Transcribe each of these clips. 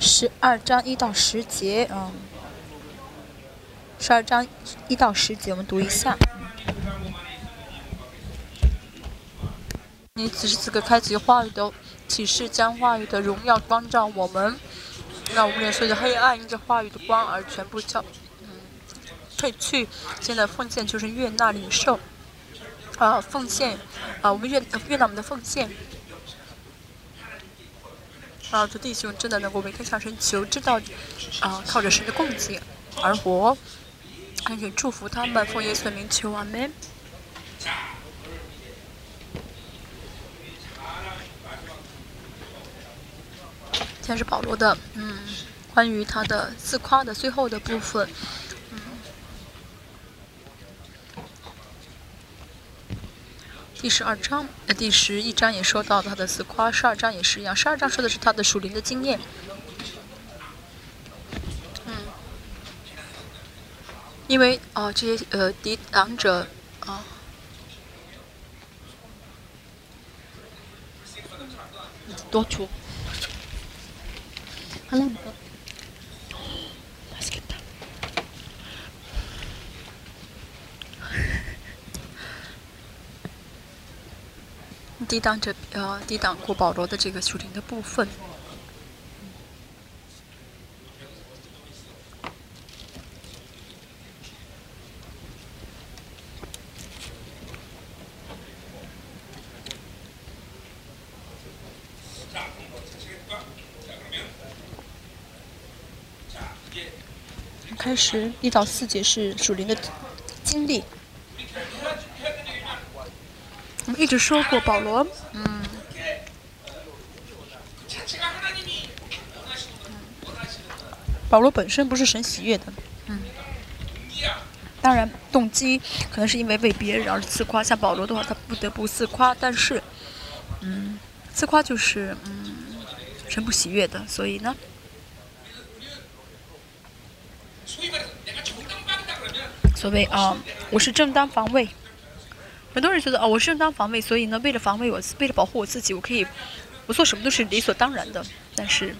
12章1到10节，12章1到10节，我们读一下。你此时此刻开启话语的启示，将话语的荣耀光照我们，让我们脸随着黑暗因着话语的光而全部退去。现在奉献就是悦纳领受，奉献，我们悦纳我们的奉献。这弟兄真的能够每天向神求，知道，靠着神的供给而活，恳请祝福他们，奉耶稣的名求，阿门。现在是保罗的，关于他的自夸的最后的部分，第12章，第11章也说到他的自夸，12章也是一样，12章说的是他的属灵的经验，因为这些抵挡者多出。抵挡过保罗的这个属灵的部分。开始1到4节是属灵的经历。我们一直说过保罗，保罗本身不是神喜悦的，当然动机可能是因为为别人而自夸，像保罗的话，他不得不自夸，但是，自夸就是神不喜悦的，所以呢，所谓我是正当防卫。很多人觉得我是正当防卫，所以呢，为了保护我自己，我做什么都是理所当然的。但是，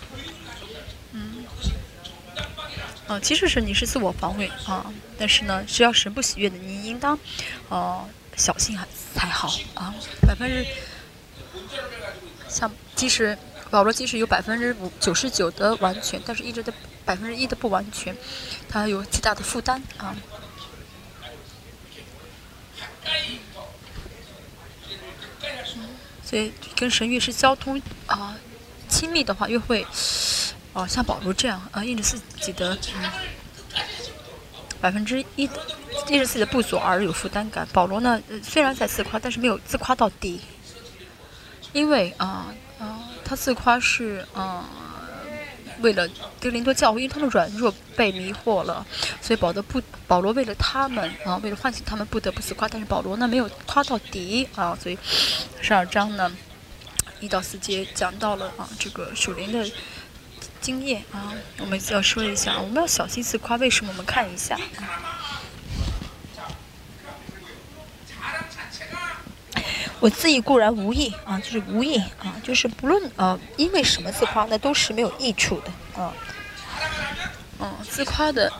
其实你是自我防卫但是呢，只要神不喜悦的，你应当小心才好像保罗即使有99%的完全，但是一直的1%的不完全，他有极大的负担所以跟神越是交通亲密的话，越会像保罗这样因着自己的1%因着自己的不足而有负担感。保罗呢，虽然在自夸，但是没有自夸到底，因为他自夸是为了哥林多教会，因为他们软弱被迷惑了，所以保罗为了他们为了唤醒他们，不得不自夸。但是保罗呢，没有夸到底所以12章呢1到4节讲到了这个属灵的经验我们要说一下，我们要小心自夸。为什么？我们看一下我自己固然无益就是无益就是不论因为什么自夸呢，都是没有益处的自夸的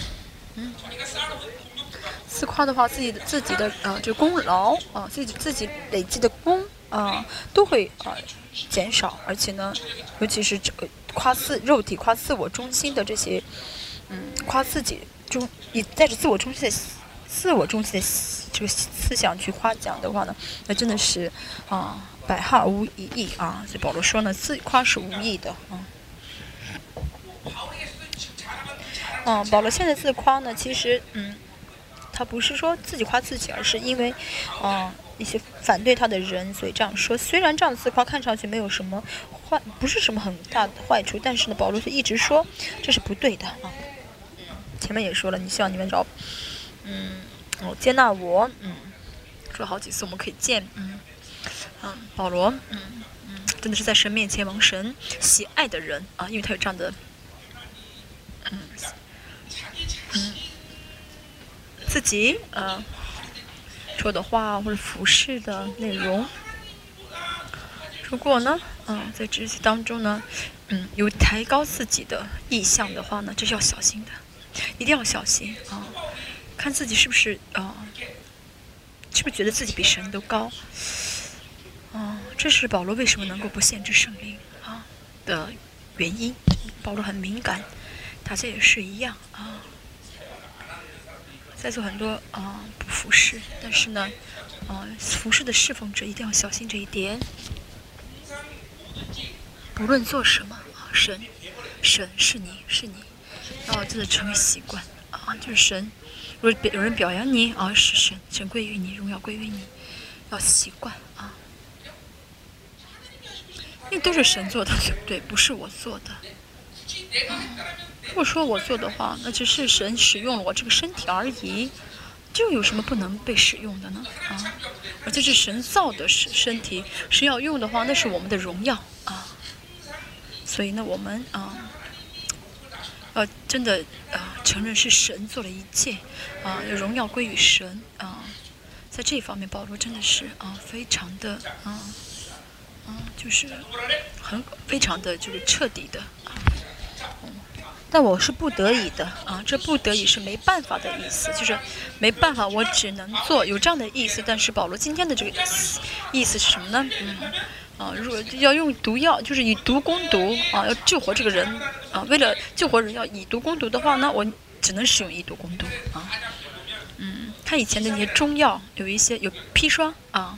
自夸的话，自己的这功劳自己累积的功都会减少，而且呢，尤其是肉体夸自我中心的这些夸自己以带着自我中心的这个思想去夸奖的话呢，那真的是百害而无一益所以保罗说呢，自夸是无益的保罗现在自夸呢，其实他不是说自己夸自己，而是因为一些反对他的人，所以这样说。虽然这样自夸看上去没有什么不是什么很大的坏处，但是呢，保罗就一直说这是不对的前面也说了，你希望你们接纳我说了好几次，我们可以见保罗真的是在神面前蒙神喜爱的人因为他有这样的自己说的话或者服饰的内容。如果呢在职习当中呢，有抬高自己的意向的话呢，这是要小心的，一定要小心啊！看自己是不是是不是觉得自己比神都高？这是保罗为什么能够不限制圣灵的原因。保罗很敏感，大家也是一样在座很多不服侍，但是呢，服侍的侍奉者一定要小心这一点。不论做什么神是你，真的成为习惯就是神。如果有人表扬你是神归于你，荣耀归于你，要习惯因为都是神做的，对不对？不是我做的。如果说我做的话，那只是神使用了我这个身体而已，这有什么不能被使用的呢？而且是神造的身体，神要用的话，那是我们的荣耀所以呢，我们真的承认是神做了一切荣耀归于神在这一方面，保罗真的是非常的就是非常的这个彻底的但我是不得已的这不得已是没办法的意思，就是没办法，我只能做，有这样的意思。但是保罗今天的这个意思是什么呢？如果要用毒药，就是以毒攻毒要救活这个人为了救活人要以毒攻毒的话呢，我只能使用以毒攻毒看以前的那些中药，有一些有砒霜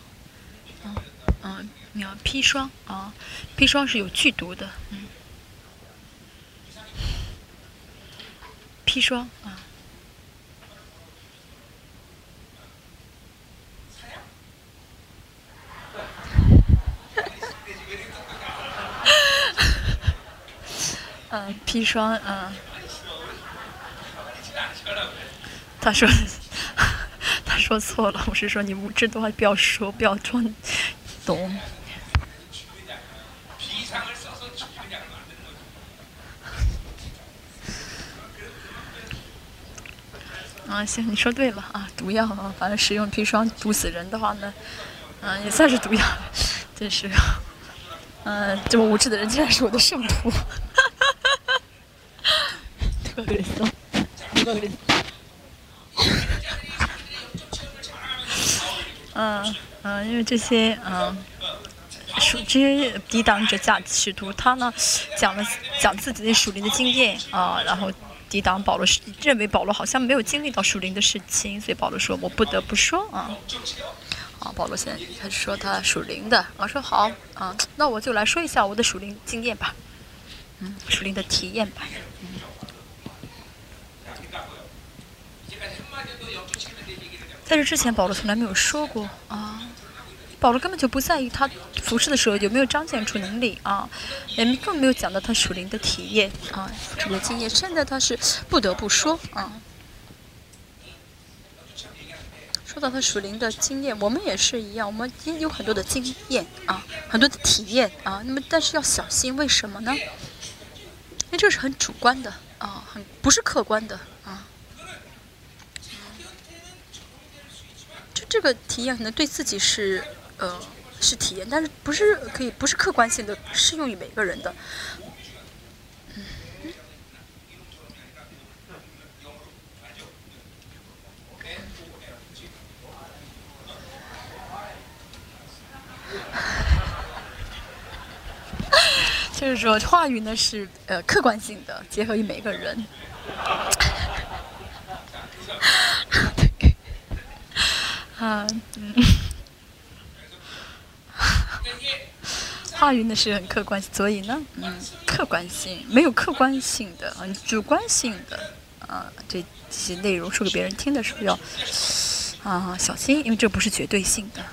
砒霜砒霜是有剧毒的砒霜砒霜他说错了，我是说你无知的话不要说，不要装懂。行，你说对了毒药反正使用砒霜毒死人的话呢，也算是毒药，真是，这么无知的人竟然是我的圣徒，特别骚，因为这些这些抵挡者使徒，他呢讲自己的属灵的经验然后抵挡保罗，认为保罗好像没有经历到属灵的事情，所以保罗说我不得不说保罗现在他说他属灵的说好那我就来说一下我的属灵经验吧属灵的体验吧在这之前保罗从来没有说过保罗根本就不在意他服侍的时候有没有彰显出能力也更没有讲到他属灵的体验属灵的经验。现在他是不得不说说到他属灵的经验，我们也是一样，我们也有很多的经验很多的体验那么但是要小心，为什么呢？因为这是很主观的很不是客观的就这个体验可能对自己是体验，但是不是客观性的适用于每个人的。就是说，话语呢是客观性的，结合于每个人。话语呢是很客观，所以呢，客观性没有客观性的主观性的这些内容说给别人听的时候要小心，因为这不是绝对性的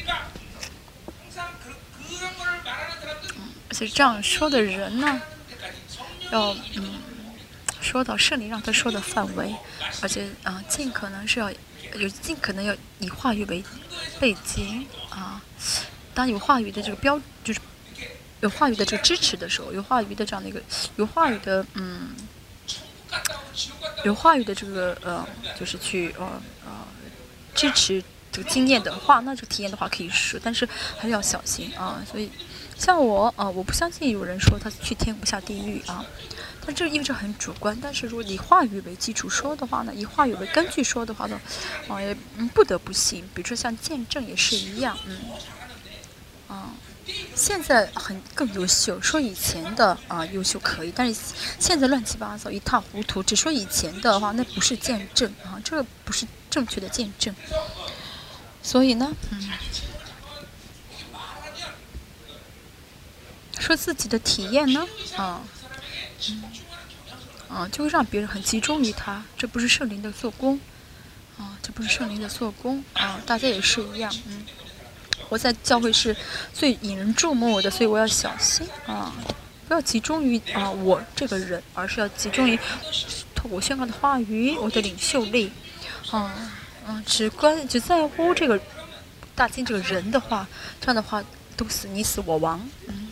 而且这样说的人呢，要说到圣灵让他说的范围，而且尽可能要以话语为背景当有话语的这个就是有话语的这个支持的时候，有话语的这样的一个有话语的这个就是去支持这个经验的话，那这个体验的话可以说，但是还是要小心所以像我不相信有人说他去天国下地狱啊，但这因为这很主观。但是如果以话语为基础说的话呢，以话语为根据说的话呢，也不得不信。比如说像见证也是一样，现在更优秀，说以前的优秀可以，但是现在乱七八糟一塌糊涂，只说以前的话，那不是见证啊，这个不是正确的见证。所以呢，说自己的体验呢，就会让别人很集中于他，这不是圣灵的做工，这不是圣灵的做工大家也是一样，我在教会是最引人注目的，所以我要小心不要集中于我这个人，而是要集中于透过宣告的话语，我的领袖力，只在乎这个大金这个人的话，这样的话都死你死我亡，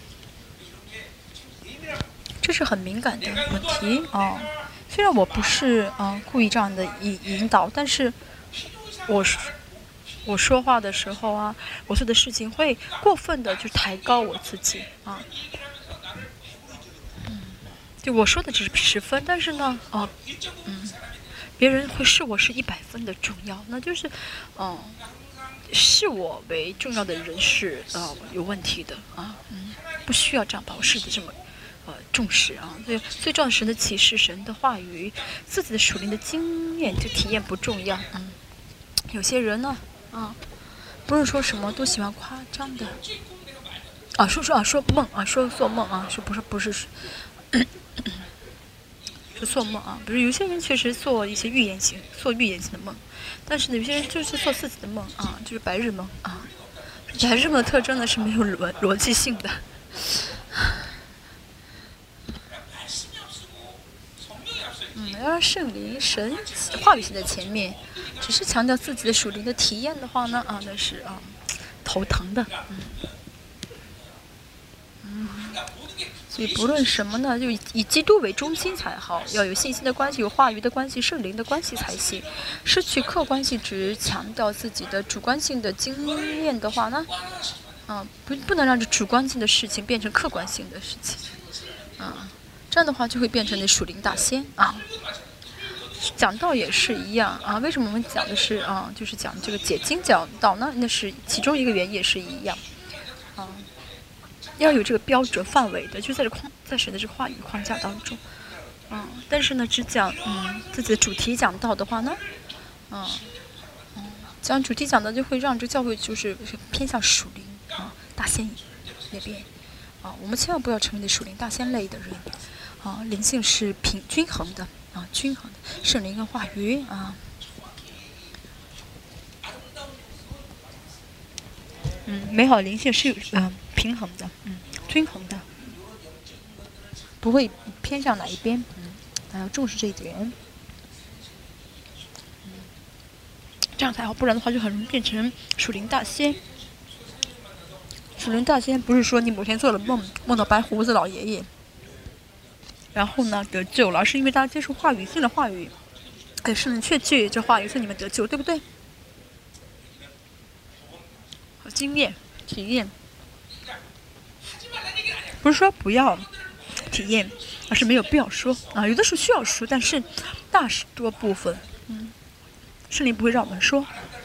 这是很敏感的问题虽然我不是故意这样的引导，但是我说话的时候我做的事情会过分的就抬高我自己就我说的只是10分，但是呢别人会视我是100分的重要，那就是视我为重要的人是有问题的不需要这样把我视得这么重视所以最重要的是神的启示、神的话语，自己的属灵的经验就体验不重要有些人呢不是说什么都喜欢夸张的说梦说做梦不是说做梦比如有些人确实做一些预言型的梦，但是呢有些人就是做自己的梦就是白日梦白日梦的特征呢是没有逻辑性的要让圣灵神话语写在前面，只是强调自己的属灵的体验的话呢那是头疼的所以不论什么呢，就以基督为中心才好，要有信心的关系，有话语的关系，圣灵的关系才行。失去客观性，只强调自己的主观性的经验的话呢不能让这主观性的事情变成客观性的事情这样的话就会变成那属灵大仙讲道也是一样为什么我们讲的是就是讲这个解经讲道呢？那是其中一个原因，也是一样要有这个标准范围的，就在神的这个话语框架当中但是呢，只讲自己的主题讲道的话呢讲主题讲道就会让这教会就是偏向属灵大仙那边我们千万不要成为那属灵大仙类的人灵性是均衡的均衡的圣灵跟话语美好的灵性是有平衡的均衡的，不会偏向哪一边大家要重视这一点这样才好，不然的话就很容易变成属灵大仙。属灵大仙不是说你某天做了梦到白胡子老爷爷然后呢得救了，而是因为大家接受话语，信了话语圣灵确据这话语，所以你们得救，对不对？经验体验不是说不要体验，而是没有必要说有的时候需要说，但是大多部分圣灵不会让我们说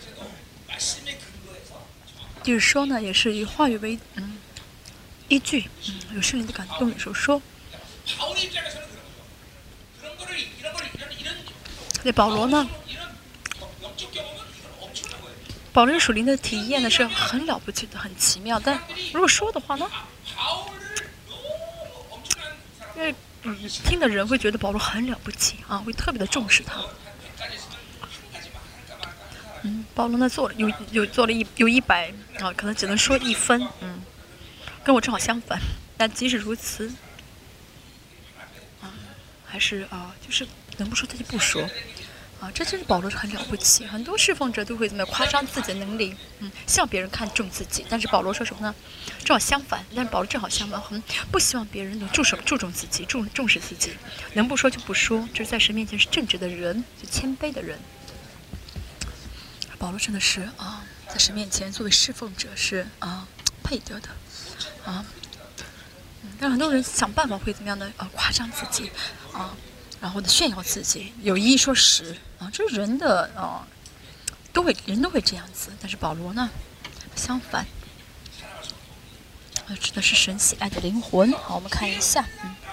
就是说呢也是以话语为依据有圣灵的感动的时候说那保罗呢保罗属灵的体验呢是很了不起的，很奇妙，但如果说的话呢因为听的人会觉得保罗很了不起会特别的重视他保罗呢做了有100可能只能说1分跟我正好相反，但即使如此还是就是能不说他就不说这真是保罗很了不起。很多侍奉者都会怎么样夸张自己的能力希望别人看重自己，但是保罗说什么呢？正好相反，但是保罗正好相反不希望别人能注重自己，重视自己，能不说就不说，就是在神面前是正直的人，是谦卑的人。保罗真的是在神面前作为侍奉者是配得的但是很多人想办法会怎么样的夸张自己然后呢炫耀自己，有一说十这是人的人都会这样子。但是保罗呢，相反，指的是神喜爱的灵魂。好，我们看一下，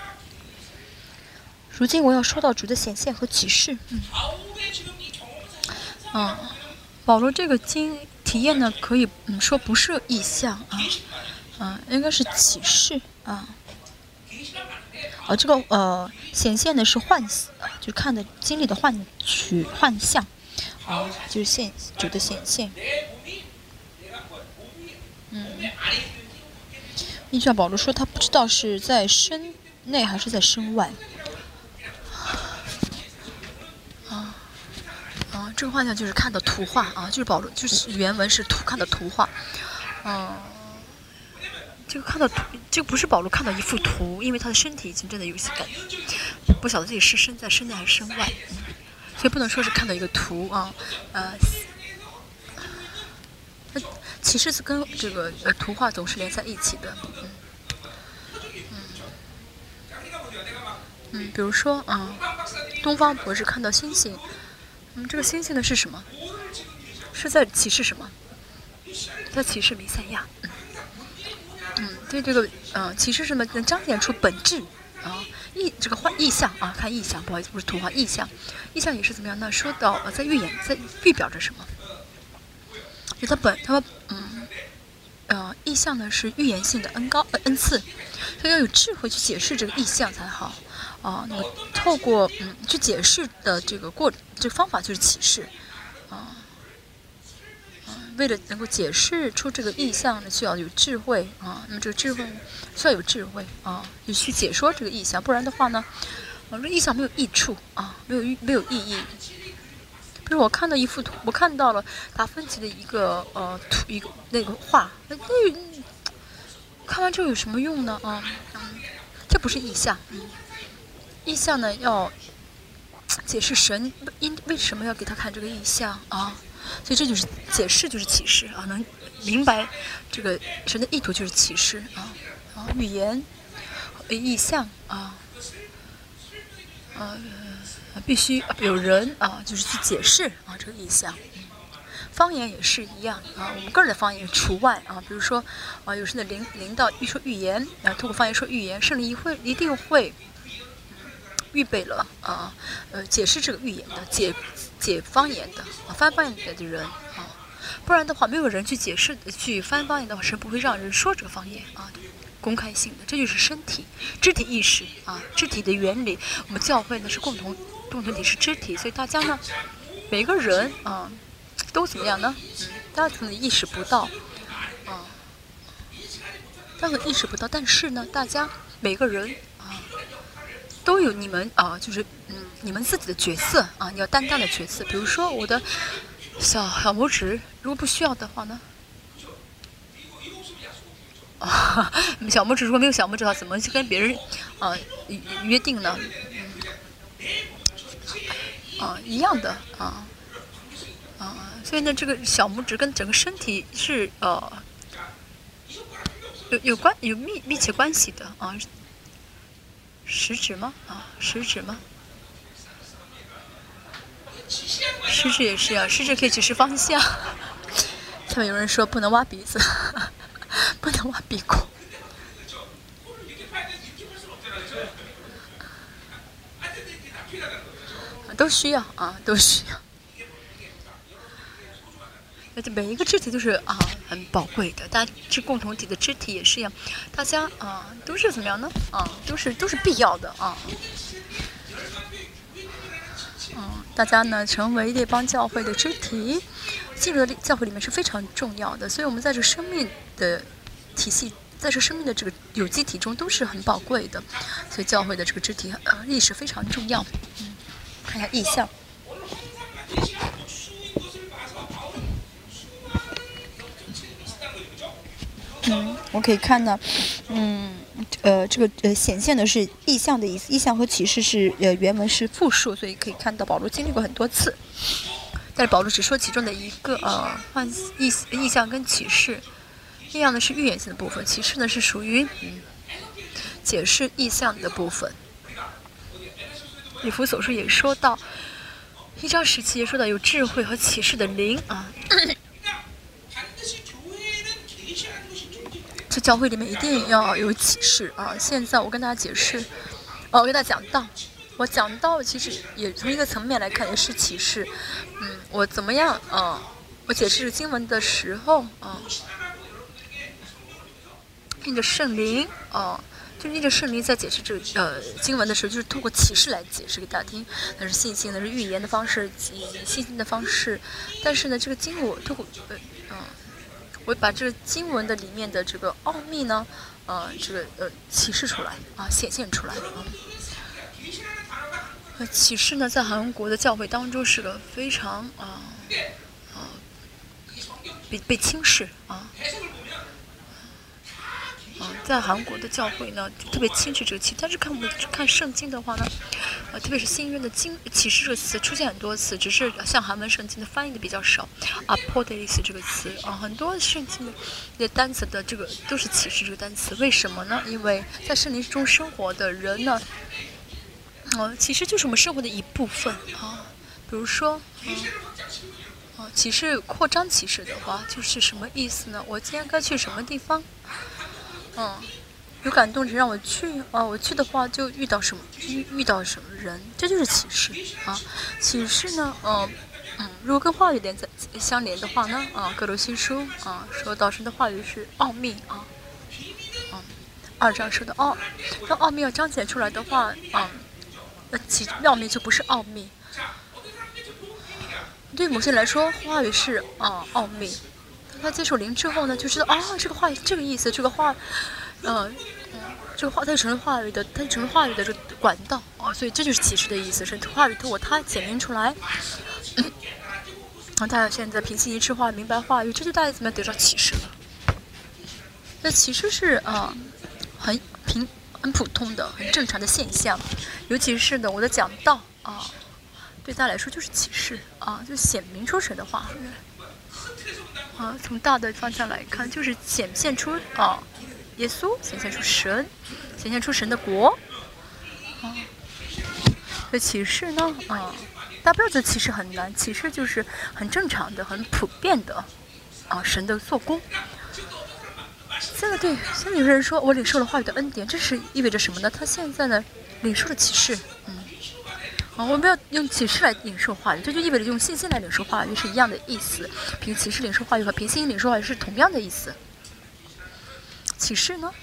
如今我要说到主的显现和启示。保罗这个体验呢，可以说不是意象应该是启示这个显现的是就看的经历的幻象就是主的显现。依照保罗说，他不知道是在身内还是在身外。这个幻象就是看的图画就是保罗就是原文是看的图画。这个看到图，这个不是保罗看到一幅图，因为他的身体已经真的有些感觉，不晓得自己是身在身内还是身外，所以不能说是看到一个图启示是跟这个图画总是连在一起的。比如说东方博士看到星星，这个星星呢是什么？是在启示什么？在启示弥赛亚。对这个启示什么能彰显出本质这个意象看意象，不好意思，不是图画，意象也是怎么样呢？说到在预表着什么？就意象呢是预言性的恩赐，所以要有智慧去解释这个意象才好那么透过去解释的这个方法就是启示为了能够解释出这个意象呢，需要有智慧那么这个智慧需要有智慧就去解说这个意象，不然的话呢，这意象没有益处没有意义。比如我看到一幅图，我看到了达芬奇的一个那个画，看完之后有什么用呢？这不是意象。意象呢要解释神为什么要给他看这个意象所以这就是解释，就是启示能明白这个神的意图就是启示语言意象必须有人就是去解释这个意象。方言也是一样我们个人的方言除外比如说有神的领导一说预言通过方言说预言，圣灵一定会预备了解释这个预言的解方言的翻方言的人不然的话没有人去解释去翻方言的话，神不会让人说这个方言公开性的。这就是肢体意识肢体的原理。我们教会呢是共同体是肢体，所以大家呢每个人都怎么样呢？大家可能意识不到但是呢大家每个人都有你们就是你们自己的角色你要担当的角色。比如说我的小拇指，如果不需要的话呢小拇指如果没有小拇指的话，怎么去跟别人约定呢？一样的所以呢这个小拇指跟整个身体是有密切关系的食指吗？食指吗？食指也是食指可以指示方向。下面有人说不能挖鼻子，不能挖鼻孔。都需要都需要。而且每一个肢体都是很宝贵的，大家是共同体的肢体也是一样，大家都是怎么样呢？都是必要的大家呢成为这帮教会的肢体，进入到教会里面是非常重要的，所以我们在这生命的体系，在这生命的这个有机体中都是很宝贵的，所以教会的这个肢体意识非常重要。看一下意象。我可以看到，这个显现的是意象的意思，意象和启示是原文是复数，所以可以看到保罗经历过很多次，但是保罗只说其中的一个意象跟启示，意象呢是预言性的部分，启示呢是属于解释意象的部分。以弗所书也说到1章17节说到有智慧和启示的灵啊。这教会里面一定要有启示啊！现在我跟大家解释，我跟大家讲道，我讲道其实也从一个层面来看也是启示。我怎么样我解释经文的时候印着圣灵就是印着圣灵在解释这个经文的时候，就是通过启示来解释给大家听。那是信心，那是预言的方式，以信心的方式。但是呢，这个经文通过我把这个经文的里面的这个奥秘呢，启示出来显现出来启示呢，在韩国的教会当中是个非常被轻视在韩国的教会呢，特别轻视这个启示。但是看圣经的话呢，特别是新约的启示这个词出现很多次，只是像韩文圣经的翻译的比较少。apodelis 这个词很多圣经的单词的这个都是启示这个单词。为什么呢？因为在圣灵中生活的人呢，启示就是我们生活的一部分比如说启示扩张启示的话，就是什么意思呢？我今天该去什么地方？有感动者让我去我去的话就遇到什么人，这就是启示启示呢如果跟话语相连的话呢哥罗西书说到神的话语是奥秘2章说的当奥秘要彰显出来的话奥秘就不是奥秘。对某些人来说话语是奥秘，他接受灵之后呢，就知道这个话这个意思，这个话，这个话它成了话语的，它成了话语的这个管道所以这就是启示的意思，是话语通过它显明出来。大家现在平心一致话明白话语，这就大家怎么样得到启示了？那启示是很普通的、很正常的现象，尤其是呢，我的讲道对大家来说就是启示就显明出神的话语从大的方向来看，就是显现出耶稣，显现出神，显现出神的国这启示呢大家不要觉得启示很难，启示就是很正常的、很普遍的神的做工。现在有人说我领受了话语的恩典，这是意味着什么呢？他现在呢领受了启示我们要用启示来领受话语，这就意味着用信心来领受话语是一样的意思。凭启示领受话语和凭信心领受话语是同样的意思。启示呢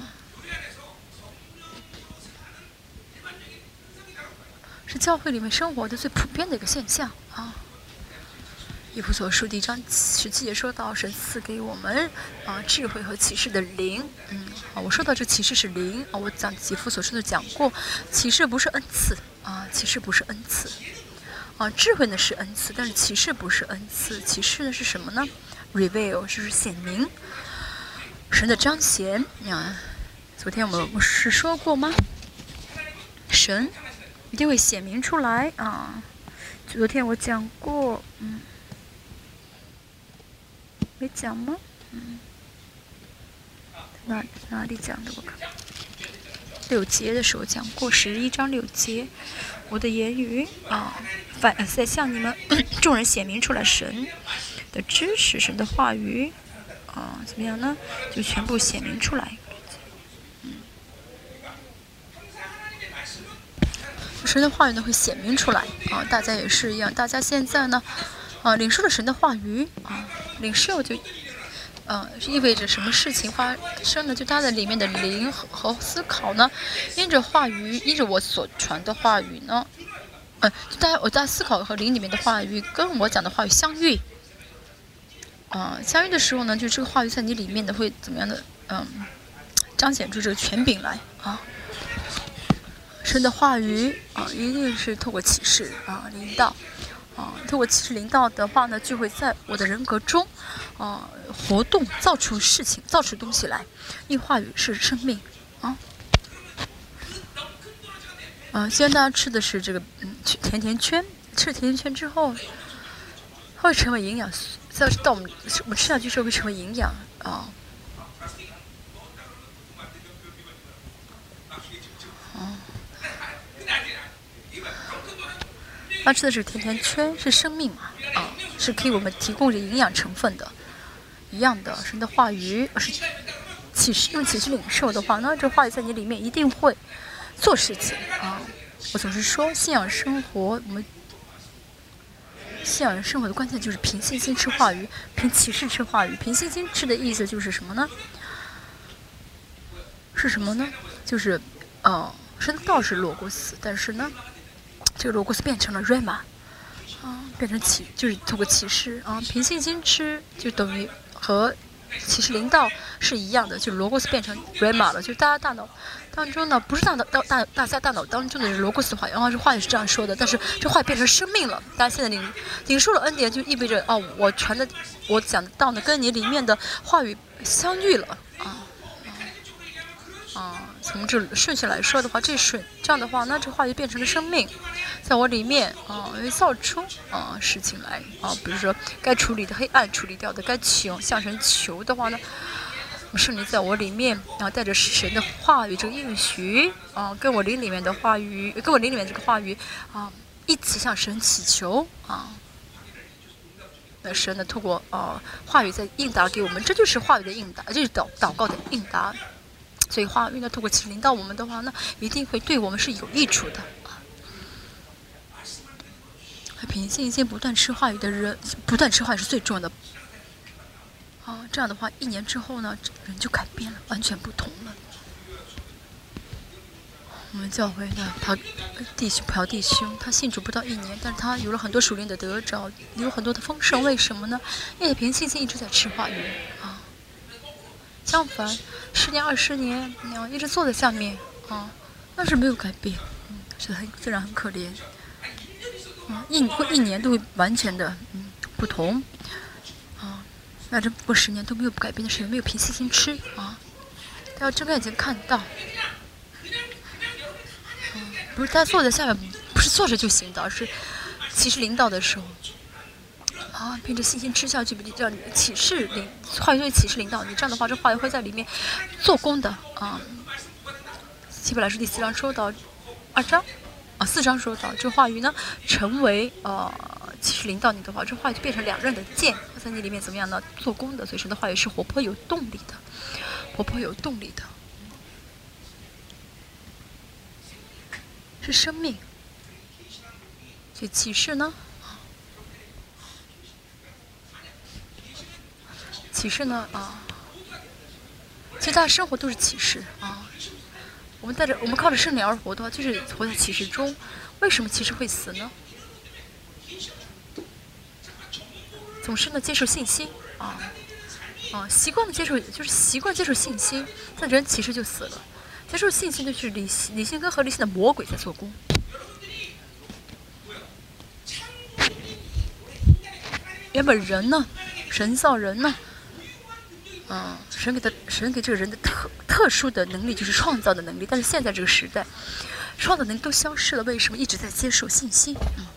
是教会里面生活的最普遍的一个现象以弗所书1章17节说到，神赐给我们智慧和启示的灵。我说到这启示是灵我讲以弗所书的讲过，启示不是恩赐启示不是恩赐智慧呢是恩赐，但是启示不是恩赐。启示呢是什么呢 ？reveal 就是显明神的彰显昨天我们不是说过吗？神一定会显明出来昨天我讲过没讲吗？哪里讲的？我看6节的时候讲过，11章6节，我的言语在向你们众人显明出来神的知识，神的话语怎么样呢？就全部显明出来。神的话语呢会显明出来大家也是一样，大家现在呢领受了神的话语领受就意味着什么事情发生呢？就他的里面的灵和思考呢，因着话语，因着我所传的话语呢，我在思考和灵里面的话语跟我讲的话语相遇相遇的时候呢，就这个话语在你里面的会怎么样的彰显出这个权柄来神的话语一定是透过启示领导透过启示领导的话呢，就会在我的人格中活动，造出事情，造出东西来。因为话语是生命既然大家吃的是这个甜甜圈，吃甜甜圈之后会成为营养，到我们吃下去之后会成为营养他吃的是甜甜圈，是生命嘛，是可以我们提供着营养成分的。一样的，神的话语是启示，用启示领受的话，那这话语在你里面一定会做事情啊。我总是说，信仰生活，我们信仰生活的关键就是凭信心吃话语，凭启示吃话语。凭信心吃的意思就是什么呢？是什么呢？就是神的道是罗古斯，但是呢，这个罗古斯变成了 rama， 变成就是通过启示凭信心吃就等于和启示灵道是一样的，就是罗古斯变成 rama 了，就是大家大脑当中呢，不是大家大脑当中的罗古斯话语，这话语是这样说的，但是这话语变成生命了。大家现在领受了恩典，就意味着我讲的道呢，跟你里面的话语相遇了从这顺序来说的话，这样的话，那这话语变成了生命，在我里面会造出事情来比如说该处理的黑暗处理掉的，该向神求的话呢，圣灵在我里面带着神的话语这个应许跟我灵里面的话语，跟我灵里面这个话语一起向神祈求那神呢，透过话语在应答给我们，这就是话语的应答，这是祷告的应答。所以话语呢，透过启示领导我们的话呢，一定会对我们是有益处的凭信心不断吃话语的人，不断吃话语是最重要的这样的话，1年之后呢，人就改变了，完全不同了。我们教会呢，朴弟兄，他信主不到1年，但是他有了很多属灵的得着，有很多的丰盛。为什么呢？因为凭信心一直在吃话语相反，10年、20年，一直坐在下面但是没有改变，虽然很可怜一年都会完全的不同那这不过10年都没有改变的是没有凭信心吃他要睁开眼睛看到不是他坐在下面，不是坐着就行的，而是启示领导的时候凭着信心吃下去，这样启示话语对启示领导你，这样的话，这话语会在里面做工的希伯来书第4章说到2章4章说到，这话语呢成为启示领导你的话，这话语就变成2刃的剑，在你里面怎么样呢？做工的，所以神的话语是活泼有动力的，是生命。所以启示呢？启示呢其实大家生活都是启示我们靠着圣灵而活的话，就是活在启示中。为什么启示会死呢？总是呢接受信息习惯的接受，就是习惯接受信息，那人启示就死了。接受信息就是理性跟合理性的魔鬼在做工。原本人呢，神造人呢。神给这个人的特殊的能力就是创造的能力，但是现在这个时代，创造能力都消失了。为什么？一直在接受信息。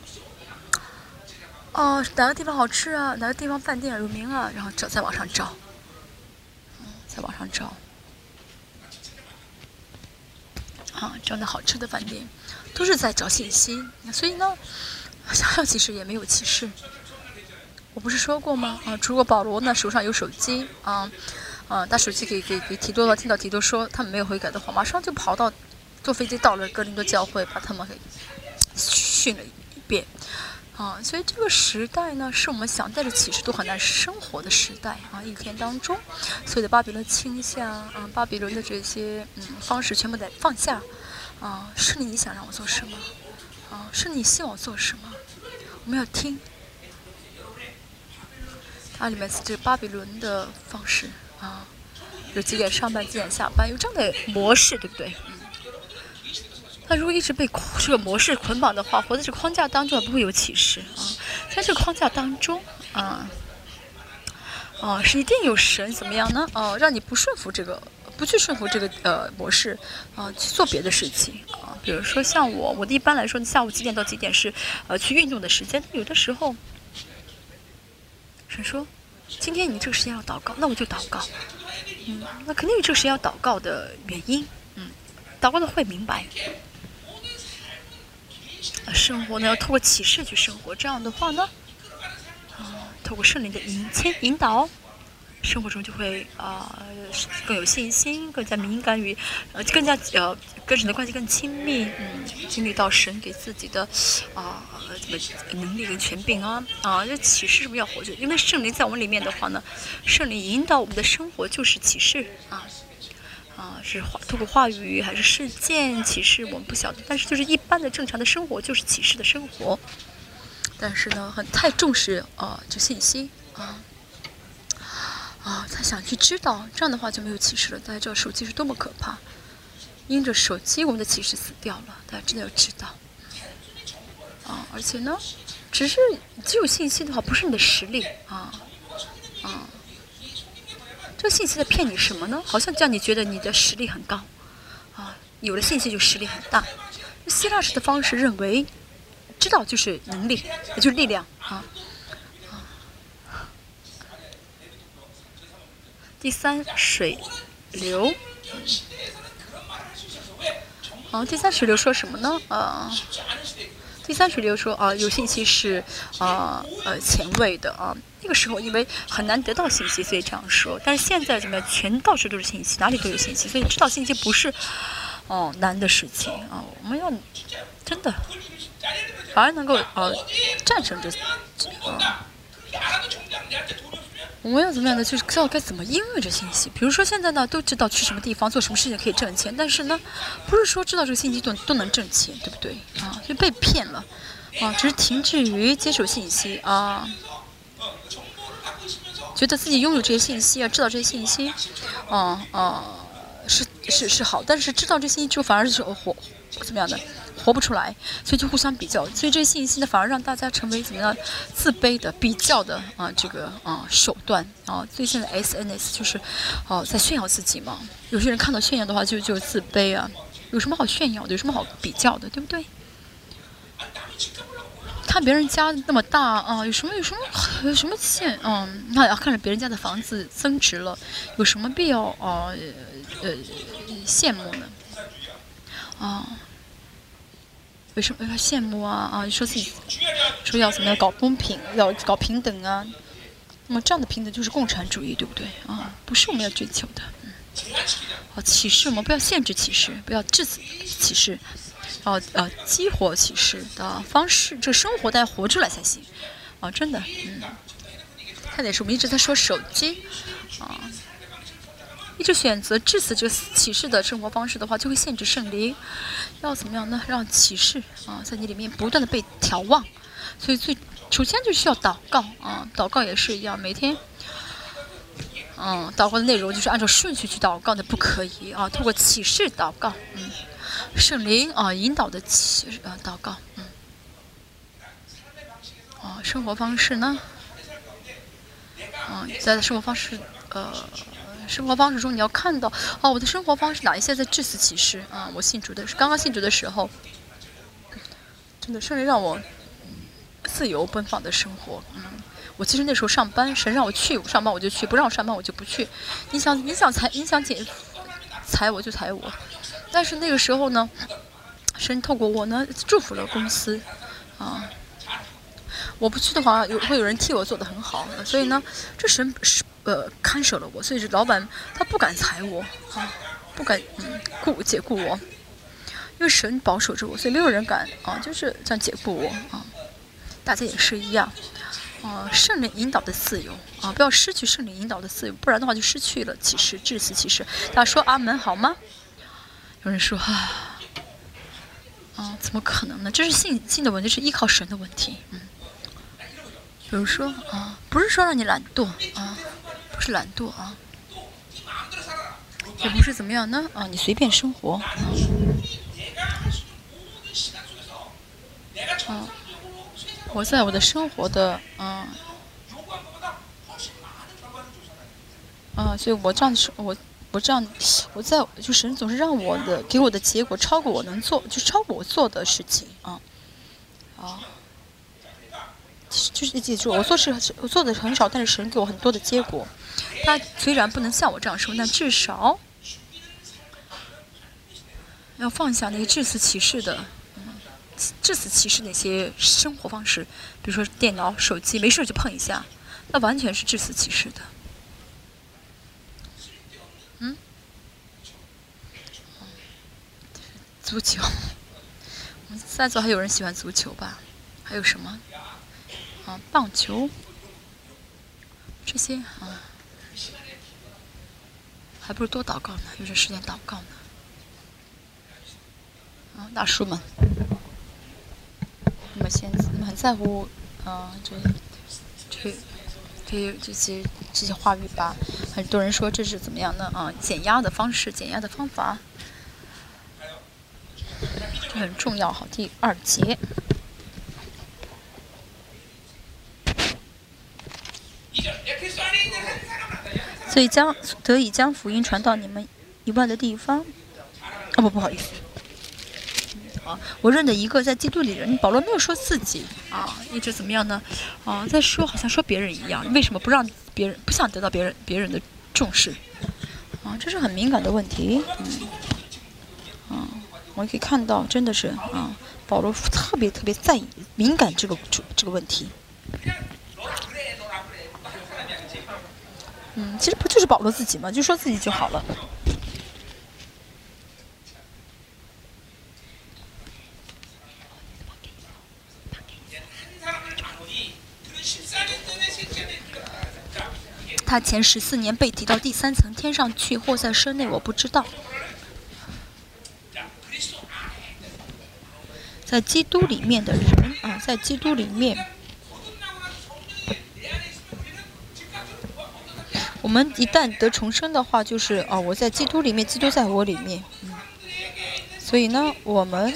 哪个地方好吃啊？哪个地方饭店有名啊？然后在网上找，找那好吃的饭店，都是在找信息。所以呢，想要其实也没有启示。我不是说过吗？如果保罗呢手上有手机打手机给提多了，听到提多说他们没有悔改的话，马上就跑到坐飞机到了哥林多教会，把他们给训了一遍所以这个时代呢，是我们想带着启示都很难生活的时代一天当中，所有的巴比伦倾向巴比伦的这些方式全部得放下是你想让我做什么是你希望我做什么，我们要听。它里面是这个巴比伦的方式有几点上班几点下班，有这样的模式，对不对？那如果一直被这个模式捆绑的话，活在这个框架当中，不会有启示在这个框架当中是一定有神怎么样呢？让你不去顺服这个模式去做别的事情比如说像我的一般来说，下午几点到几点是去运动的时间，有的时候。神说：“今天你这个时间要祷告，那我就祷告。那肯定有这个时间要祷告的原因。祷告的会明白。 生活呢要透过启示去生活，这样的话呢，透过圣灵的引导，生活中就会更有信心，更加敏感于更加跟神的关系更亲密，经历到神给自己的能力跟权柄这启示是不是要活着？因为圣灵在我们里面的话呢，圣灵引导我们的生活就是启示是透过话语还是事件启示，我们不晓得。但是就是一般的正常的生活就是启示的生活。但是呢，太重视这信息他想去知道，这样的话就没有启示了。大家知道手机是多么可怕，因着手机我们的启示死掉了。大家真的要知道而且呢，只有信息的话，不是你的实力这个信息在骗你什么呢？好像叫你觉得你的实力很高有了信息就实力很大。希腊式的方式认为，知道就是能力，也就是力量第三，水流。第三水流说什么呢？第三水流说有信息是前卫的那个时候因为很难得到信息，所以这样说。但是现在怎么样？全到处都是信息，哪里都有信息，所以知道信息不是难的事情我们要真的反而能够战胜这我们要怎么样的？就是知道该怎么应用这信息。比如说现在呢，都知道去什么地方做什么事情可以挣钱，但是呢，不是说知道这个信息都能挣钱，对不对就被骗了只是停滞于接受信息觉得自己拥有这些信息知道这些信息是好，但是知道这些信息之后反而是怎么样的？活不出来，所以就互相比较，所以这些信息呢，反而让大家成为怎么样自卑的、比较的这个手段所以现在 SNS 就是在炫耀自己嘛。有些人看到炫耀的话就自卑有什么好炫耀的？有什么好比较的？对不对？看别人家那么大有什么线那看着别人家的房子增值了，有什么必要羡慕呢？为什么要羡慕说自己说要怎么样搞公平，要搞平等那么这样的平等就是共产主义，对不对不是我们要追求的启示我们不要限制启示，不要致死启示激活启示的方式，这生活大家活出来才行真的看点是我们一直在说手机一直选择致死这个启示的生活方式的话，就会限制圣灵。要怎么样呢？让启示在你里面不断的被眺望。所以首先就需要祷告祷告也是一样，每天祷告的内容就是按照顺序去祷告的，不可以透过启示祷告圣灵引导的祷告生活方式呢在生活方式生活方式中，你要看到我的生活方式哪一些在致死启示我刚刚信主的时候，真的圣灵让我自由奔放的生活我其实那时候上班，神让我去上班我就去，不让我上班我就不去。你想裁我就裁我，但是那个时候呢，神透过我呢祝福了公司我不去的话会有人替我做得很好所以呢这神看守了我，所以这老板他不敢裁我不敢解雇我，因为神保守着我，所以没有人敢就是这样解雇我大家也是一样圣灵引导的自由不要失去圣灵引导的自由，不然的话就失去了启示，致死启示。大家说阿门好吗？有人说怎么可能呢？这是信的问题，是依靠神的问题比如说不是说让你懒惰不是懒惰也不是怎么样呢你随便生活我在我的生活的所以我这样就神总是让给我的结果超过我能做，就超过我做的事情就是记住，我做的很少，但是神给我很多的结果。他虽然不能像我这样说，但至少要放下那个致死启示的至死歧视那些生活方式，比如说电脑、手机，没事就碰一下，那完全是至死歧视的。足球，我们在座还有人喜欢足球吧？还有什么？棒球，这些还不如多祷告呢，有这时间祷告呢。大叔们，你们很在乎这些话语吧？很多人说这是怎么样呢？减压的方式，减压的方法，这很重要。好，第2节。所以得以将福音传到你们以外的地方。不好意思。我认得一个在基督里的人，保罗没有说自己一直怎么样呢？在说好像说别人一样，为什么不让别人不想得到别人的重视？这是很敏感的问题。我们可以看到，真的是保罗特别在意敏感这个问题。其实不就是保罗自己吗？就说自己就好了。他前14年被提到第3层天上去，或在身内，我不知道。在基督里面的人在基督里面。我们一旦得重生的话，就是我在基督里面，基督在我里面。所以呢，我们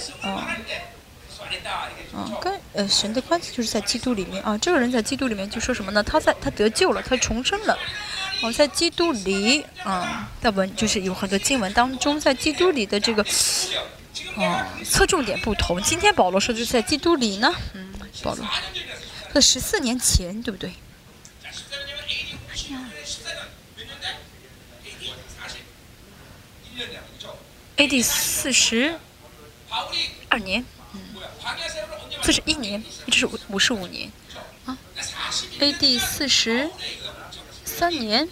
跟神的关系就是在基督里面这个人在基督里面就说什么呢？他得救了，他重生了。在基督里就是有很多经文当中，在基督里的这个侧重点不同。今天保罗说的是在基督里呢，保罗在14年前，对不对？AD 42年，41年，这是55年AD 43年，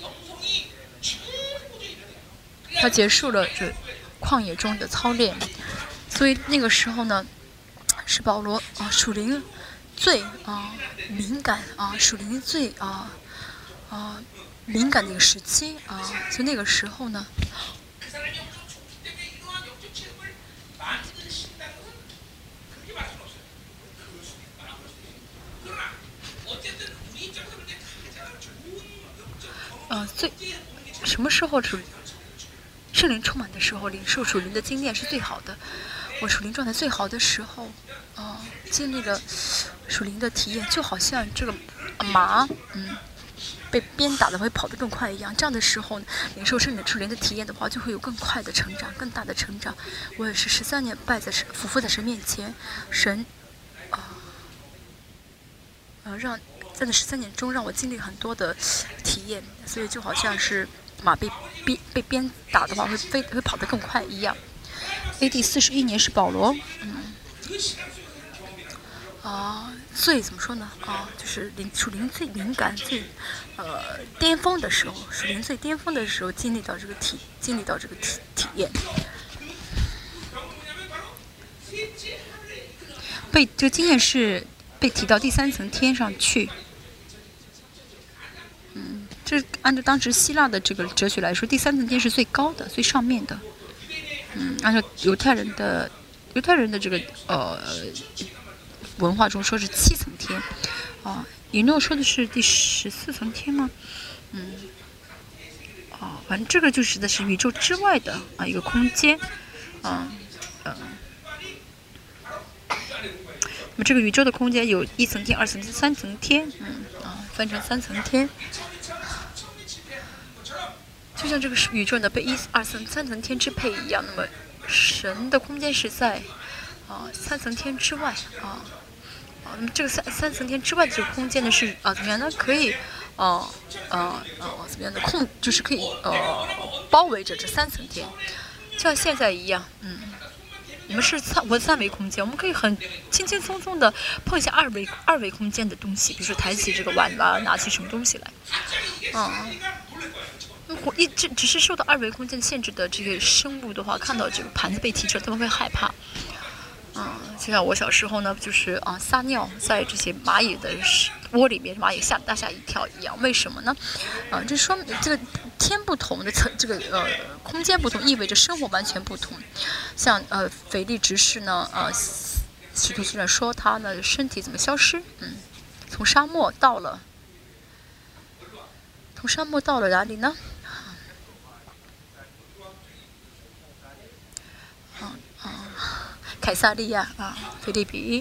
他结束了这旷野中的操练，所以那个时候呢，是保罗属灵最敏感属灵最敏感的一个时期所以那个时候呢。什么时候圣灵充满的时候，领受属灵的经验是最好的。我属灵状态最好的时候，经历了属灵的体验，就好像这个马，被鞭打的会跑得更快一样。这样的时候，领受圣灵属灵的体验的话，就会有更快的成长，更大的成长。我也是13年俯伏在神面前，神让在那13年中让我经历很多的体验，所以就好像是马被鞭打的话会跑得更快一样。AD 41年是保罗，最怎么说呢？就是属灵最敏感、最巅峰的时候，属灵最巅峰的时候经历到这个体验。这个经验是被提到第3层天上去。这按照当时希腊的这个哲学来说，第3层天是最高的、最上面的。按照犹太人的这个文化中说是7层天。以诺说的是第14层天吗？反正这个就指的是宇宙之外的一个空间。那么这个宇宙的空间有1层天、2层天、3层天。分成3层天。就像这个宇宙呢被1、2层、3层天支配一样，那么神的空间是在3层天之外那么这个三层天之外的这个空间呢是怎么样呢？可以怎么样的就是可以包围着这3层天，就像现在一样。 我们是活在三维空间，我们可以很轻轻松松的碰一下二维空间的东西，比如说抬起这个碗啦，拿起什么东西来，只是受到二维空间限制的这个生物的话，看到这个盘子被提着，他们会害怕。就像我小时候呢，就是撒尿在这些蚂蚁的窝里面，蚂蚁大吓一跳一样。为什么呢？这说明这个天不同的空间不同，意味着生活完全不同。像腓力执事呢，使徒虽然说他呢身体怎么消失？从沙漠到了哪里呢？凯撒利亚腓立比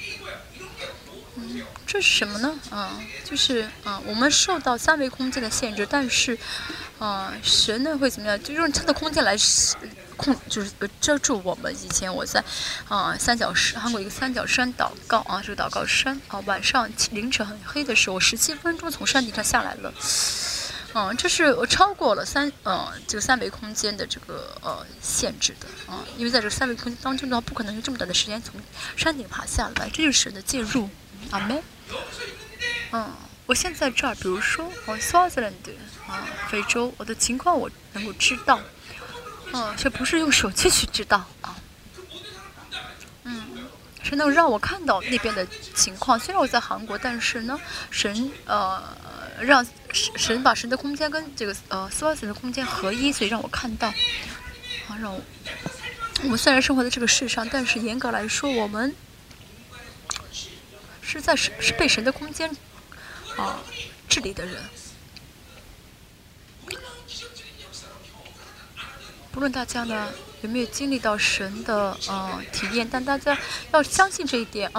这是什么呢？就是我们受到三维空间的限制，但是神呢会怎么样？就用他的空间来就是遮住我们。以前我在韩国一个三角山祷告这个祷告山晚上凌晨很黑的时候，17分钟从山顶上下来了。这是超过了这个三维空间的这个限制的因为在这个三维空间当中的话，不可能有这么短的时间从山顶爬下来，这就是神的介入。阿门。我现在这儿，比如说Swaziland非洲，我的情况我能够知道，这不是用手机去知道是能让我看到那边的情况。虽然我在韩国，但是呢，神把神的空间跟这个Swaziland的空间合一，所以让我看到让我们虽然生活在这个世上，但是严格来说，我们是被神的空间治理的人。不论大家呢有没有经历到神的体验，但大家要相信这一点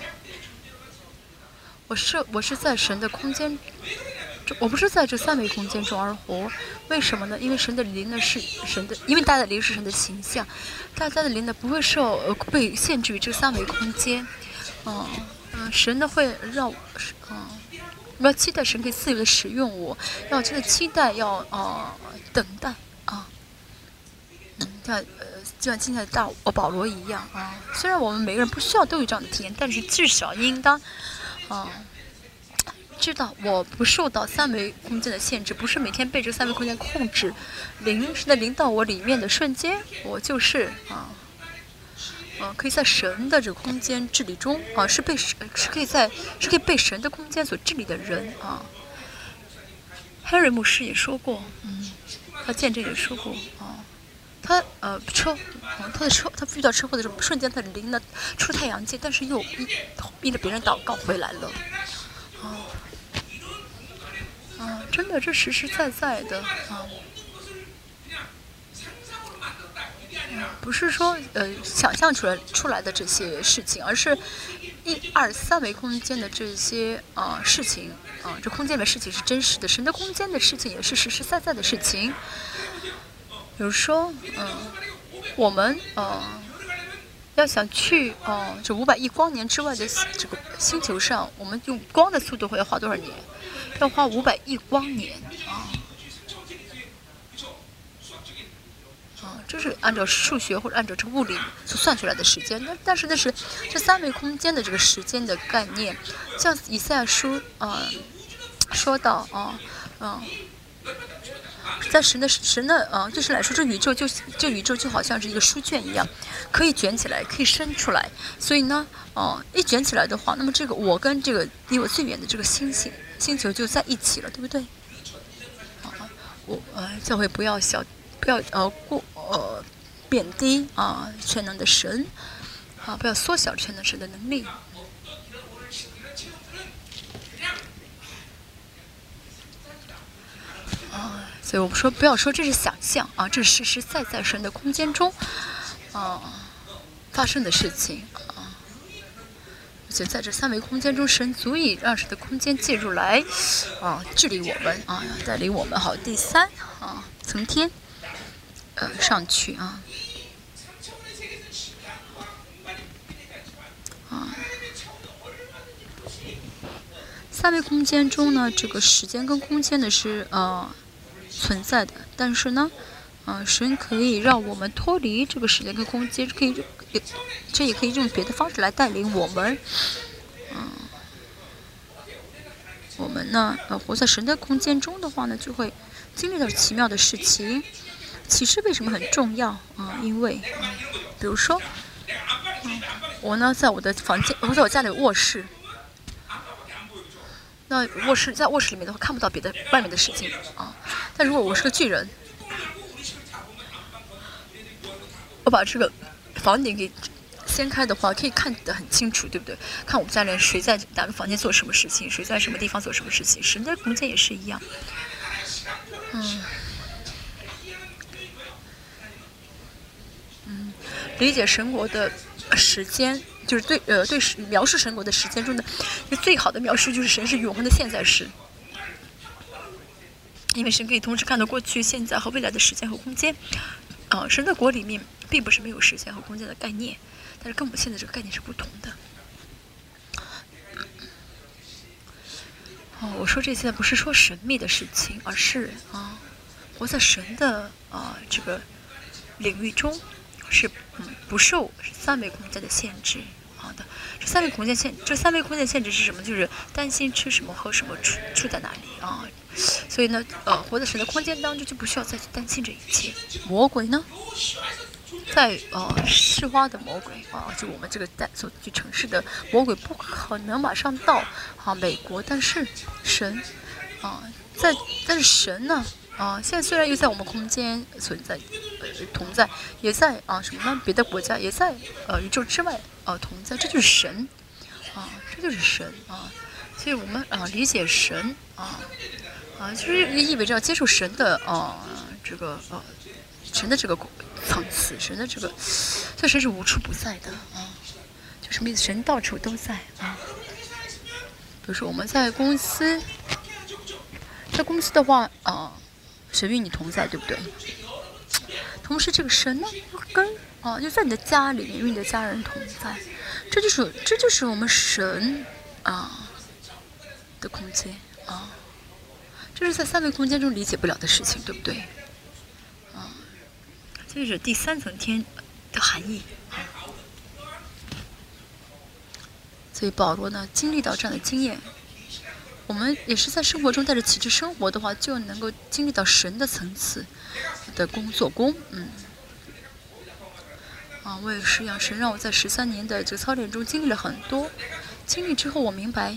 我是在神的空间，我不是在这三维空间中而活。为什么呢？因为神的灵呢是神的，因为大家的灵是神的形象，大家的灵呢不会被限制于这三维空间。神呢会让我要期待神可以自由的使用我，要真的期待，要等待就像今天的保罗一样虽然我们每个人不需要都有这样的体验，但是至少应当知道我不受到三维空间的限制，不是每天被这三维空间控制。神的灵到我里面的瞬间，我就是可以在神的这个空间治理中是可以被神的空间所治理的人Henry 牧师也说过，他见证也说过他遇到车祸的时候，瞬间他的灵呢出太阳界，但是又逼着别人祷告回来了。真的，这实实在在的不是说想象出来的这些事情，而是1、2、3维空间的这些事情这空间的事情是真实的，神的空间的事情也是实实在在的事情。比如说我们要想去这500亿光年之外的这个星球上，我们用光的速度会要花多少年？要花500亿光年这是按照数学或者按照这物理所算出来的时间。但是那是这三维空间的这个时间的概念，像以赛亚书说到在神的对神来说，这宇宙就好像是一个书卷一样，可以卷起来，可以伸出来。所以呢，一卷起来的话，那么这个我跟这个离我最远的这个星球就在一起了，对不对？教会不要贬低全能的神不要缩小全能神的能力。所以我们说不要说这是想象这是实实在在神的空间中发生的事情所以在这三维空间中，神足以让神的空间介入来治理我们带领我们。好，第3层天上去三维空间中呢，这个时间跟空间呢是存在的，但是呢，神可以让我们脱离这个时间跟空间，可以这也可以用别的方式来带领我们。我们呢，活在神的空间中的话呢，就会经历到奇妙的事情。启示为什么很重要啊？因为，比如说，我呢在我的房间，我在我家里有卧室，那在卧室里面的话看不到别的外面的事情啊。但如果我是个巨人，我把这个房顶给掀开的话，可以看得很清楚，对不对？看我们家人谁在哪个房间做什么事情，谁在什么地方做什么事情。神的空间也是一样，理解神国的时间，就是对描述神国的时间中的最好的描述，就是神是永恒的现在时。因为神可以同时看到过去、现在和未来的时间和空间。神的国里面并不是没有时间和空间的概念，但是跟我们现在这个概念是不同的。我说这些不是说神秘的事情，而是活在神的这个领域中，是不受三维空间的限制。好的，这三维空间限制是什么？就是担心吃什么、喝什么、住在哪里啊。所以呢，活在神的空间当中，就不需要再去担心这一切。魔鬼呢，在释花的魔鬼就我们这个所居城市的魔鬼，不可能马上到美国，但是神但是神呢现在虽然又在我们空间存在同在，也在什么呢？别的国家也在宇宙之外同在，这就是神这就是神所以我们理解神就是意味着要接受神的这个神的这个层次，神的这个，所以神是无处不在的就什么意思？神到处都在比如说我们在公司的话神与你同在，对不对？同时这个神呢就在你的家里面与你的家人同在，这就是我们神的空间这是在三维空间中理解不了的事情，对不对？这是第三层天的含义所以保罗呢经历到这样的经验，我们也是在生活中带着启示生活的话，就能够经历到神的层次的做工。我也是一样，神让我在13年的这个操练中经历了很多，经历之后我明白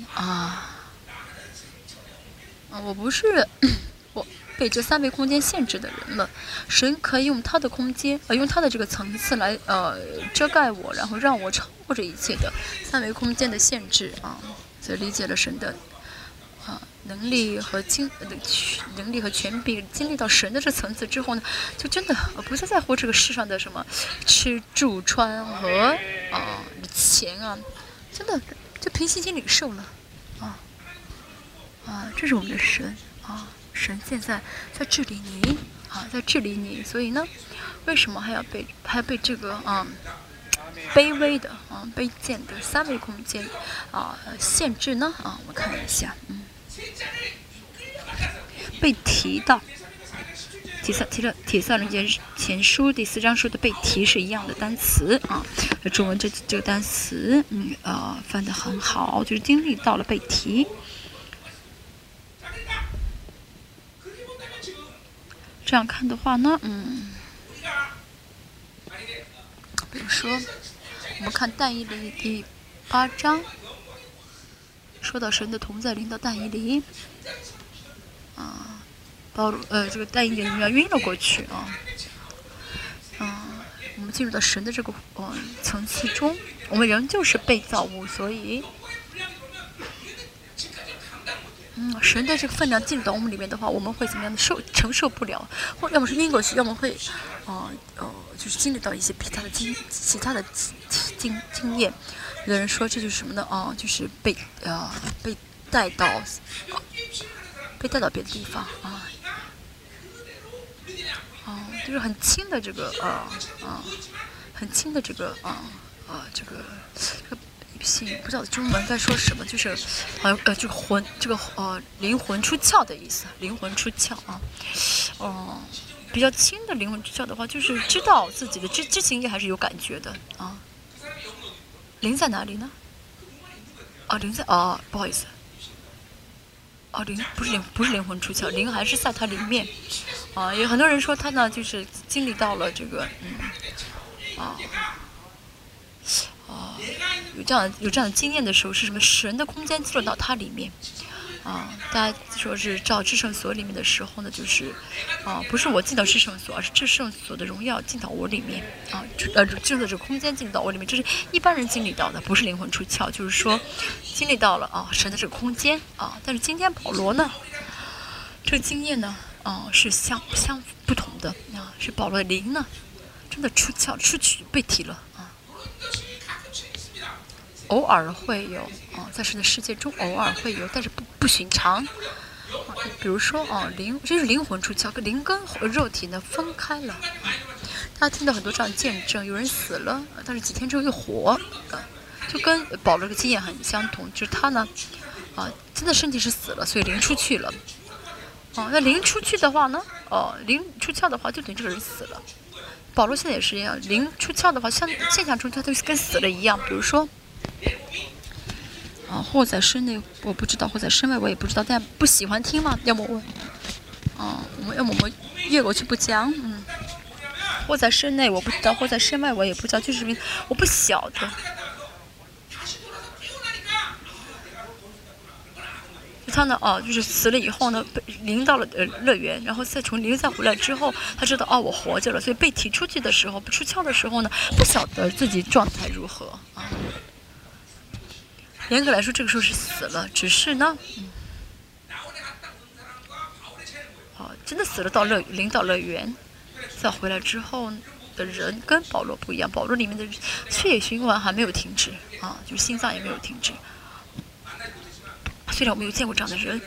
我不是我被这三维空间限制的人了，神可以用他的空间用他的这个层次来遮盖我，然后让我超过这一切的三维空间的限制所以理解了神的能力和权柄，经历到神的这层次之后呢，就真的不再在乎这个世上的什么吃住穿和钱真的就平心静领受了这是我们的神神现在在治理你在治理你，所以呢，为什么还要被这个卑微的卑贱的三维空间限制呢我看一下被提到帖撒罗尼迦前书第4章说的被提是一样的单词中文这个单词翻得很好，就是经历到了被提。这样看的话呢比如说我们看但以理第8章，说到神的同在临到但以理这个但以理要晕了过去我们进入到神的这个层次中，我们仍旧是被造物，所以神的这个分量进入到我们里面的话，我们会怎么样的承受不了，或要么是晕过去，要么会就是经历到一些其他的经验。有的人说这就是什么呢就是被带到别的地方就是很轻的这个很轻的这个这个不知道中文该说什么，就是灵魂出窍的意思，灵魂出窍比较轻的灵魂出窍的话，就是知道自己的知情也还是有感觉的啊。灵在哪里呢？啊，灵在不好意思，灵不是灵魂出窍，灵还是在它里面啊。有很多人说他呢，就是经历到了这个有这样的经验的时候，是什么？神的空间进入到它里面。大家说是照至圣所里面的时候呢，就是不是我进到至圣所，而是至圣所的荣耀进到我里面进入这个空间进入到我里面，这是一般人经历到的，不是灵魂出窍，就是说经历到了神的这个空间但是今天保罗呢，这个经验呢是相不同的是保罗的灵呢真的出窍出去被提了偶尔会有在神的世界中偶尔会有，但是不寻常比如说这是灵魂出窍，灵跟肉体呢分开了大家听到很多这样的见证，有人死了，但是几天之后又活了，就跟保罗的经验很相同，就是他呢真的身体是死了，所以灵出去了那灵出去的话呢灵出窍的话就等于这个人死了。保罗现在也是一样，灵出窍的话像现象中他都跟死了一样，比如说或在身内我不知道，或在身外我也不知道，但不喜欢听嘛，要么我们越过去不讲或在身内我不知道，或在身外我也不知道，就是因为我不晓得他呢就是死了以后呢灵到了乐园，然后再从灵再回来之后，他知道我活着了，所以被提出去的时候，不出窍的时候呢，不晓得自己状态如何严格来说这个时候是死了，只是呢真的死了到灵到乐园，再回来之后的人跟保罗不一样，保罗里面的血液循环还没有停止就是心脏也没有停止。虽然我没有见过这样的人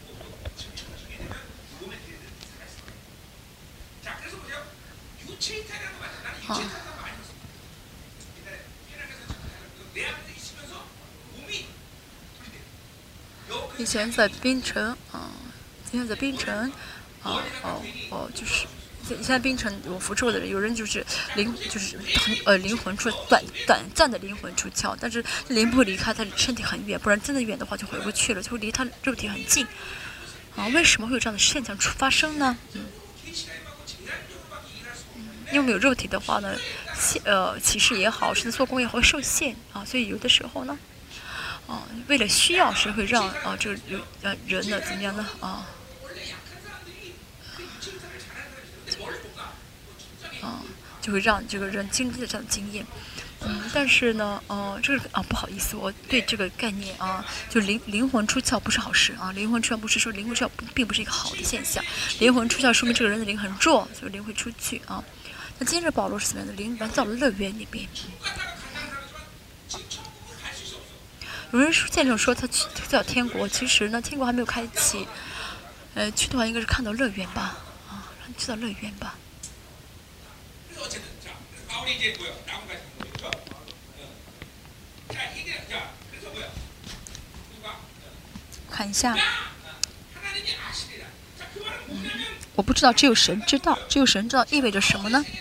以前在槟城今天在槟城就是以前在槟城我扶持我的人，有人就是灵魂短暂的灵魂出窍，但是灵不会离开他身体很远，不然真的远的话就回不去了，就会离他肉体很近为什么会有这样的现象发生呢因为没有肉体的话呢启示也好，甚至做工也好会受限所以有的时候呢为了需要谁会让这个人呢怎么样呢就会让这个人经历了这样的经验但是呢这个不好意思，我对这个概念就灵魂出窍不是好事灵魂出窍不是说灵魂出窍并不是一个好的现象，灵魂出窍说明这个人的灵很弱，所以灵会出去那接着保罗是怎么样的？灵来到了乐园里边有人见证说他去到天国，其实呢天国还没有开启去的话应该是看到乐园吧去到乐园吧看一下我不知道，只有神知道，只有神知道意味着什么呢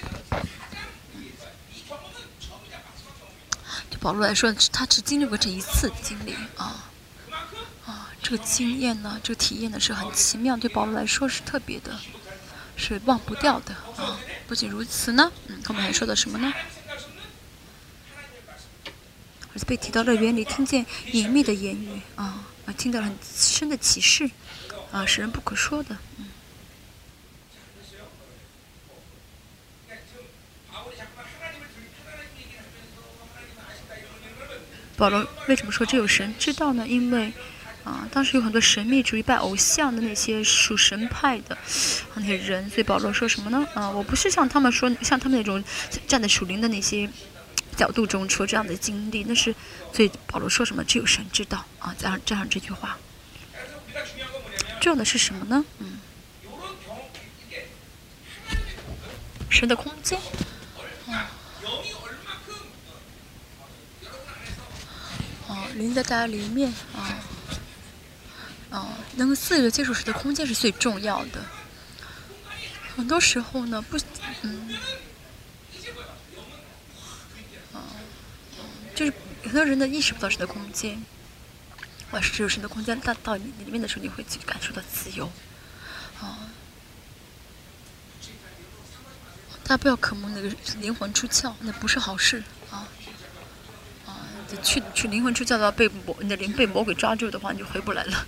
对保罗来说他只经历过这一次经历这个经验呢这个体验呢是很奇妙，对保罗来说是特别的，是忘不掉的不仅如此呢后面还说到什么呢而且被提到乐园里听见隐秘的言语听到很深的启示使人不可说的保罗为什么说只有神知道呢？因为当时有很多神秘主义拜偶像的那些属神派的那些人，所以保罗说什么呢我不是像他们那种站在属灵的那些角度中说这样的经历，那是所以保罗说什么只有神知道加上这句话重要的是什么呢神的空间灵在大家里面能够自由接触神的空间是最重要的很多时候呢，就是很多人呢意识不到神的空间，只有神的空间到你里面的时候，你会去感受到自由。大家不要渴慕那个灵魂出窍，那不是好事啊！去灵魂出窍的话，你的灵被魔鬼抓住的话，你就回不来了。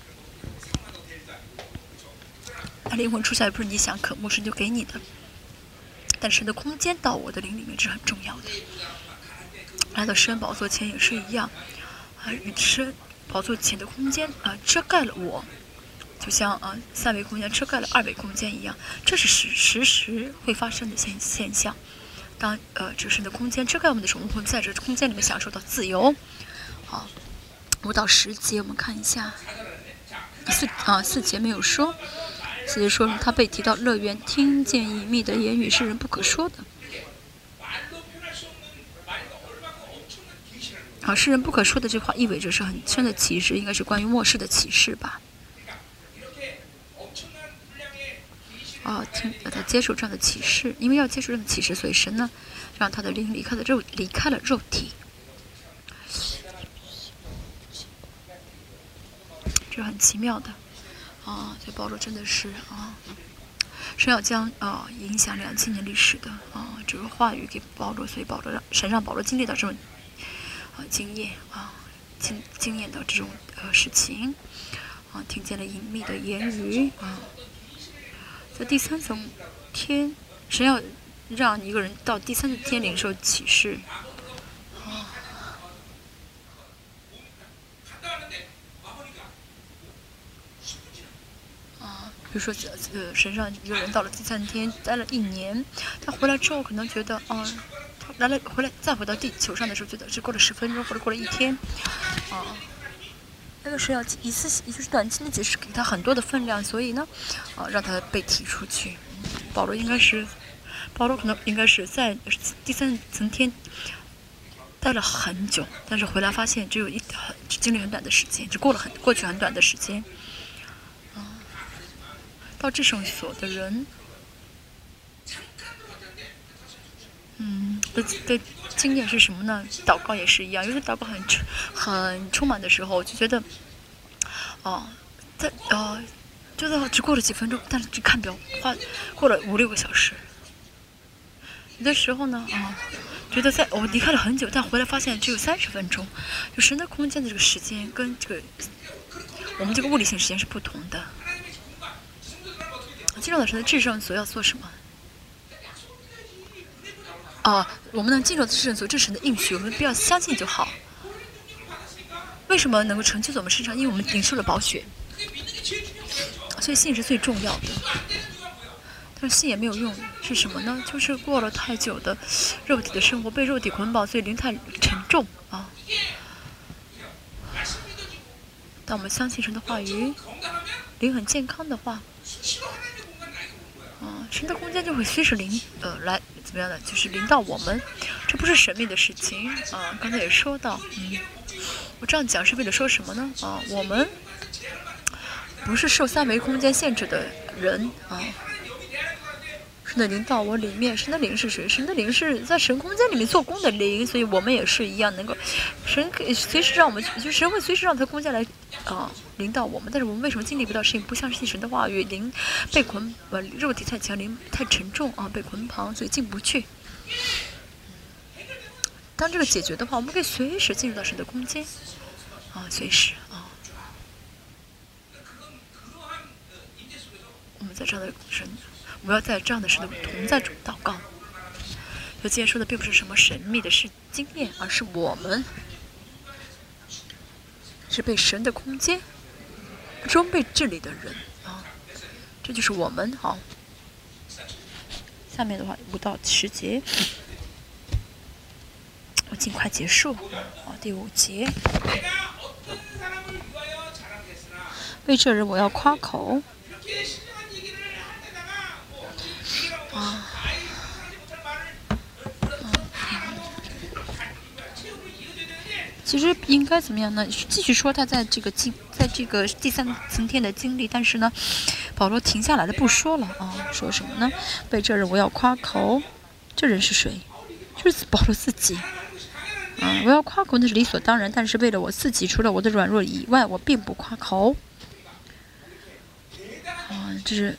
灵魂出窍也不是你想渴慕神就给你的，但神的空间到我的灵里面是很重要的。来到神宝座前也是一样，神宝座前的空间遮盖了我。就像三维空间遮盖了二维空间一样，这是实时会发生的现象。当这神的空间遮盖我们的时候，我们会在这空间里面享受到自由。好，5到10节我们看一下，4节没有说，4节说他被提到乐园，听见隐秘的言语是人不可说的。是人不可说的这话意味着是很深的启示，应该是关于末世的启示吧。他接受这样的启示，因为要接受这样的启示，所以神呢，让他的灵离开了肉体。这是很奇妙的所以保罗真的是神要将影响2000年历史的这个话语给保罗，所以神让保罗经历到这种经验经验到这种事情听见了隐秘的言语在第3层天，神要让一个人到第3层天领受启示。比如说，神让一个人到了第3层天待了1年，他回来之后可能觉得他回来再回到地球上的时候，觉得只过了10分钟或者过了1天，那个是要一次短期的解释给他很多的分量，所以呢，让他被提出去。保罗可能应该是在第3层天待了很久，但是回来发现只经历很短的时间，只过去很短的时间。到至圣所的人，的经验是什么呢？祷告也是一样，有些祷告很充满的时候，就觉得，就是只过了几分钟，但是只看表，过了5-6个小时。有的时候呢，觉得我离开了很久，但回来发现只有30分钟。就神的空间的这个时间跟我们这个物理性时间是不同的。进入到神的至圣所要做什么？我们能进入至圣所，这是神的应许，我们不要相信就好。为什么能够成就在我们身上？因为我们领受了宝血，所以信是最重要的。但是信也没有用，是什么呢？就是过了太久的肉体的生活，被肉体捆绑，所以灵太沉重当我们相信神的话语，灵很健康的话，神的空间就会随时来怎么样的，就是临到我们，这不是神秘的事情刚才也说到，我这样讲是为了说什么呢？我们不是受3维空间限制的人神的灵到我里面，神的灵是谁？神的灵是在神空间里面做工的灵，所以我们也是一样，能够神可以随时让我们，就神会随时让他空间来临到我们，但是我们为什么经历不到？是因为不相信神的话语，灵被肉体太强，灵太沉重被捆绑，所以进不去。当这个解决的话，我们可以随时进入到神的空间随时我们在这样的神。我们要在这样的神的同在中祷告。我今天说的并不是什么神秘的经验，而是我们是被神的空间中被治理的人这就是我们下面的话5到10节，我尽快结束第5节，为这人我要夸口。其实应该怎么样呢？继续说他在这个第3层天的经历，但是呢， 保罗停下来了，不说了啊，说什么呢？被这人我要夸口，这人是谁？就是保罗自己。我要夸口那是理所当然，但是为了我自己，除了我的软弱以外，我并不夸口。这是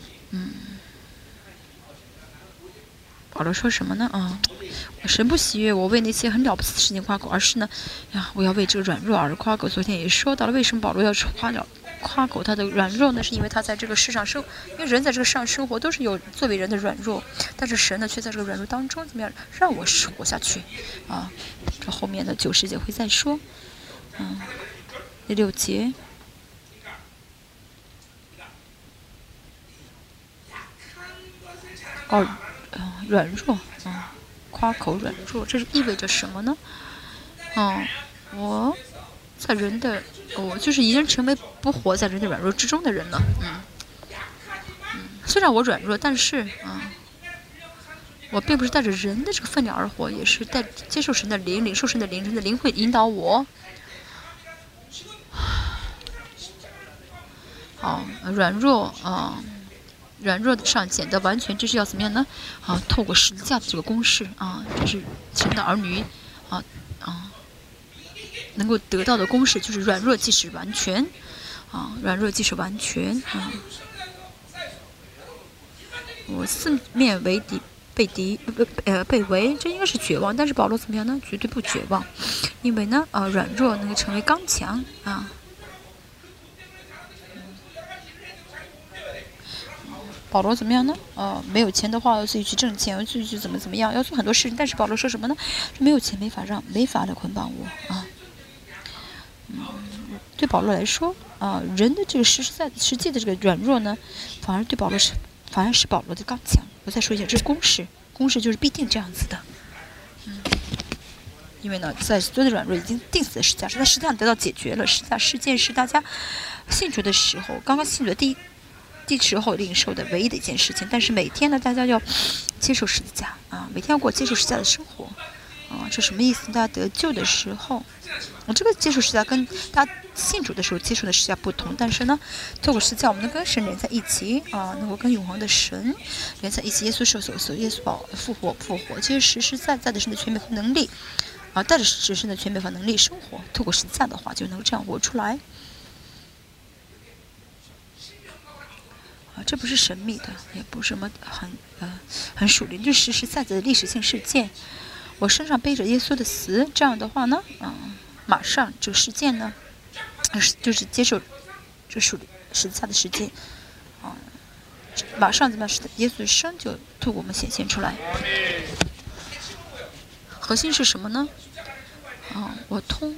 保罗说什么呢？神不喜悦我为那些很了不起的事情夸口，而是呢，我要为这个软弱而夸口。昨天也说到了，为什么保罗要夸口他的软弱呢？是因为他在这个世上生，因为人在这个世上生活都是有作为人的软弱，但是神呢却在这个软弱当中怎么样让我活下去啊？这后面的90节会再说。第6节。软弱夸口软弱，这是意味着什么呢？我在人的，我就是已经成为不活在人的软弱之中的人了。虽然我软弱，但是我并不是带着人的这个分量而活，也是接受神的灵，领受神的灵，神的灵会引导我。软弱上显得完全，这是要怎么样呢？透过十字架的这个公式这是神的儿女能够得到的公式，就是软弱即是完全软弱即是完全我四面为敌，被围，这应该是绝望，但是保罗怎么样呢？绝对不绝望，因为呢软弱能够成为刚强保罗怎么样呢？没有钱的话，要自己去挣钱，要自己去怎么样，要做很多事情。但是保罗说什么呢？说没有钱没法来捆绑我对保罗来说人的这个实际的这个软弱呢，反而是保罗的刚强。我再说一下，这是公式就是必定这样子的。因为呢，在所有的软弱已经定死的十字架上，在十字架上得到解决了。十字架事件是大家信主的时候，刚刚信主的第时候领受的唯一的一件事情，但是每天呢，大家要接受十字架每天要过接受十字架的生活这什么意思？大家得救的时候，这个接受十字架跟大家信主的时候接受的十字架不同，但是呢，透过十字架，我们能跟神连在一起能够跟永恒的神连在一起。耶稣受死，耶稣复活，其实实实在在的神的权柄和能力带着神的权柄和能力生活，透过十字架的话，就能够这样活出来。这不是神秘的，也不是什么很属灵，就实实在在的历史性事件。我身上背着耶稣的死，这样的话呢，马上这个事件呢，就是接受这属十字架的事件马上怎么样？耶稣的生就透过我们显现出来。核心是什么呢？我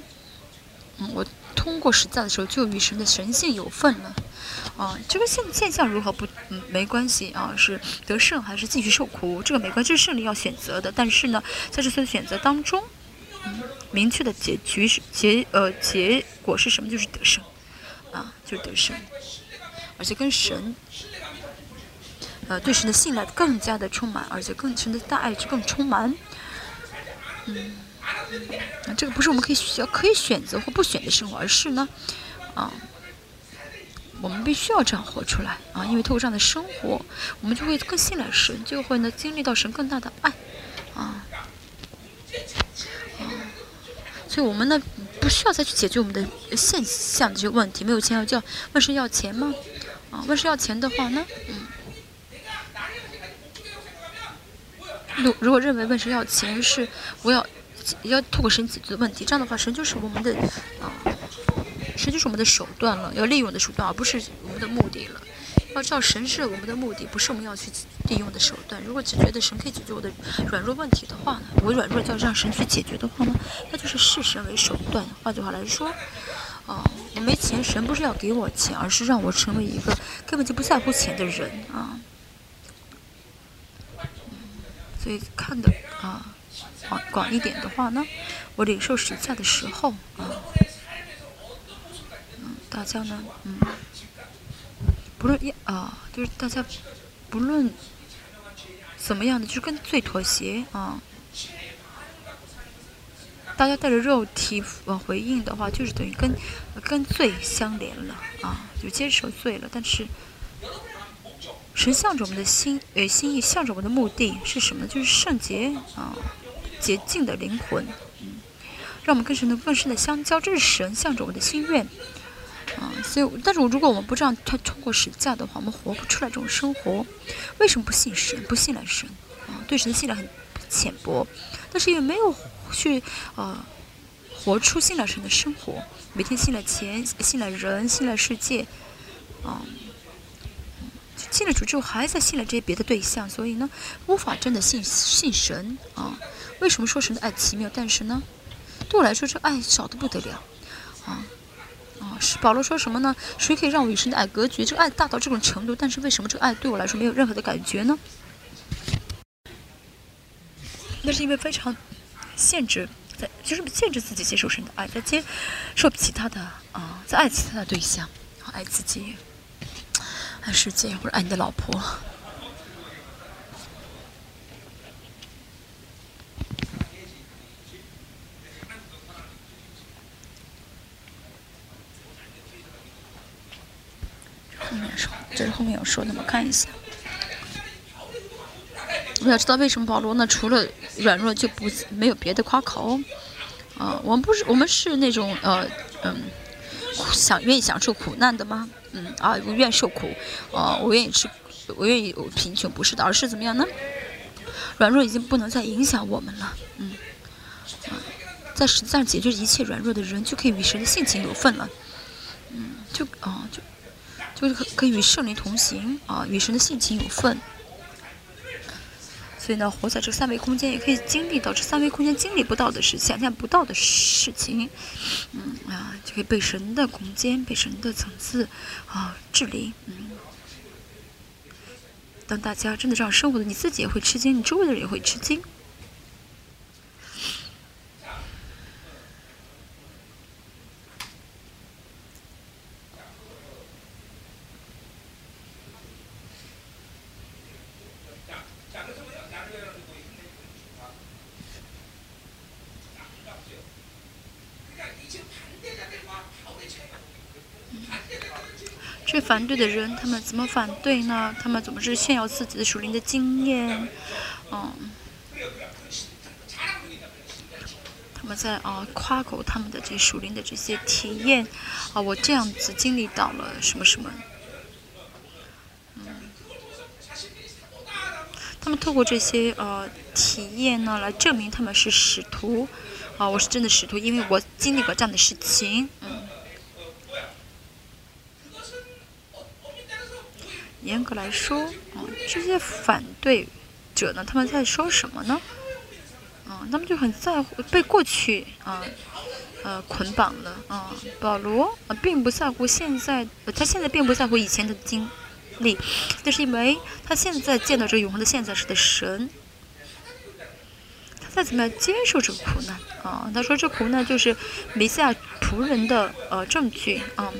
通过十字架的时候，就与神的神性有份了。这个现象如何没关系是得胜还是继续受苦，这个没关系，这是胜利要选择的。但是呢，在这次选择当中，明确的结果是什么？就是得胜就是得胜，而且跟神对神的信赖更加的充满，而且神的大爱是更充满。这个不是我们可以选择或不选的生活，而是呢我们必须要这样活出来因为透过这样的生活，我们就会更信赖神，就会呢经历到神更大的爱所以我们呢不需要再去解决我们的现象的这个问题。没有钱问神要钱吗？问神要钱的话呢如果认为问神要钱是我要透过神解决的问题，这样的话神就是我们的神就是我们的手段了，要利用的手段，而不是我们的目的了。要知道神是我们的目的，不是我们要去利用的手段。如果只觉得神可以解决我的软弱问题的话呢，我软弱就要让神去解决的话呢，那就是视神为手段。换句话来说我没钱，神不是要给我钱，而是让我成为一个根本就不在乎钱的人所以看的广一点的话呢，我领受十字架的时候大家呢不论就是大家不论怎么样的，就是跟罪妥协大家带着肉体回应的话，就是等于跟罪相连了就接受罪了。但是神向着我们的心意，向着我们的目的是什么？就是圣洁洁净的灵魂，让我们跟神能更深的相交，这是神向着我们的心愿。所以，但是如果我们不这样，他通过实价的话，我们活不出来这种生活。为什么不信神？不信赖神对神的信赖很浅薄，但是也没有去活出信赖神的生活。每天信赖钱，信赖人，信赖世界，信赖主之后还在信赖这些别的对象，所以呢，无法真的信神为什么说神的爱奇妙？但是呢，对我来说，这爱少得不得了是保罗说什么呢？谁可以让我与神的爱隔绝？这个爱大到这种程度，但是为什么这个爱对我来说没有任何的感觉呢？那是因为非常限制，就是限制自己接受神的爱，在接受其他的在爱其他的对象，爱自己，爱世界，或者爱你的老婆。这是后面有说的，我们看一下。我们要知道为什么保罗呢？除了软弱就没有别的夸口我们是那种愿意享受苦难的吗？我愿受苦我愿意贫穷，不是的，而是怎么样呢？软弱已经不能再影响我们了，在实际上解决一切软弱的人，就可以与神的性情有份了，就是可以与圣灵同行与神的性情有份。所以呢，活在这三维空间，也可以经历到这三维空间经历不到的事，想象不到的事情，就可以被神的空间、被神的层次治理。当大家真的这样生活的，你自己也会吃惊，你周围的人也会吃惊。这反对的人，他们怎么反对呢？他们总是炫耀自己的属灵的经验，他们在夸口他们的这属灵的这些体验我这样子经历到了什么什么，他们透过这些体验呢，来证明他们是使徒我是真的使徒，因为我经历过这样的事情。严格来说这些反对者呢，他们在说什么呢？他们就很在乎被过去捆绑了保罗并不在乎现在，他现在并不在乎以前的经历，但是因为他现在见到这个永恒的现在时的神，他再怎么样接受这个苦难他说这苦难就是弥赛亚仆人的证据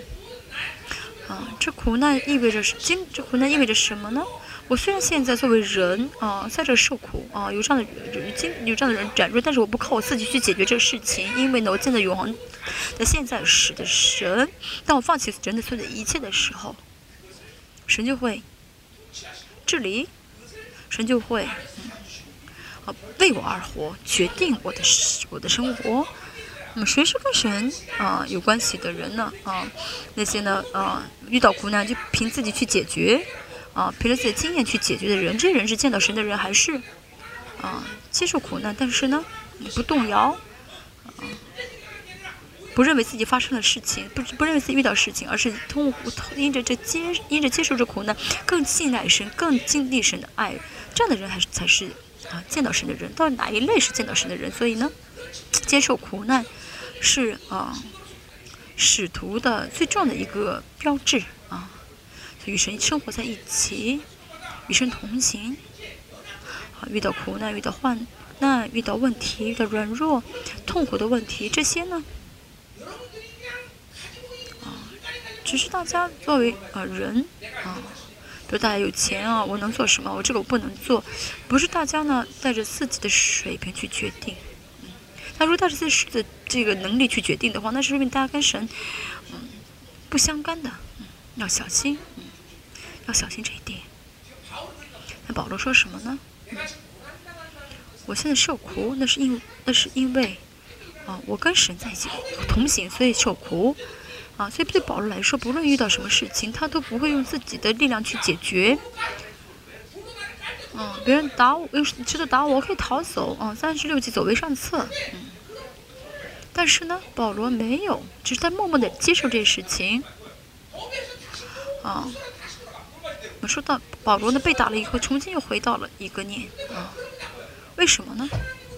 这苦难意味着什么呢？我虽然现在作为人在这受苦有这样的人展弱，但是我不靠我自己去解决这个事情，因为呢，我见到永恒的现在时的神，当我放弃人的所有的一切的时候，神就会治理，神就会为我而活，决定我的生活。那么谁是跟神有关系的人呢？那些呢遇到苦难就凭自己去解决凭着自己的经验去解决的人，这些人是见到神的人，还是接受苦难，但是呢不动摇不认为自己发生了事情，不认为自己遇到事情，而是因着接受这苦难，更信赖神，更经历神的爱，这样的人才是见到神的人。到底哪一类是见到神的人？所以呢，接受苦难是使徒的最重要的一个标志与神生活在一起，与神同行遇到苦难，遇到患难，遇到问题，遇到软弱、痛苦的问题，这些呢只是大家作为人比如大家有钱我能做什么，我这个我不能做，不是大家呢带着自己的水平去决定。他如果带着自己的这个能力去决定的话，那是因为大家跟神不相干的要小心要小心这一点。那保罗说什么呢？我现在受苦，那是因为我跟神在一起同行，所以受苦。所以对保罗来说，不论遇到什么事情，他都不会用自己的力量去解决。别人打我，知道打我，我可以逃走。36计走为上策。但是呢，保罗没有，只是他默默的接受这些事情。我说到保罗呢，被打了以后，重新又回到了以哥念。为什么呢？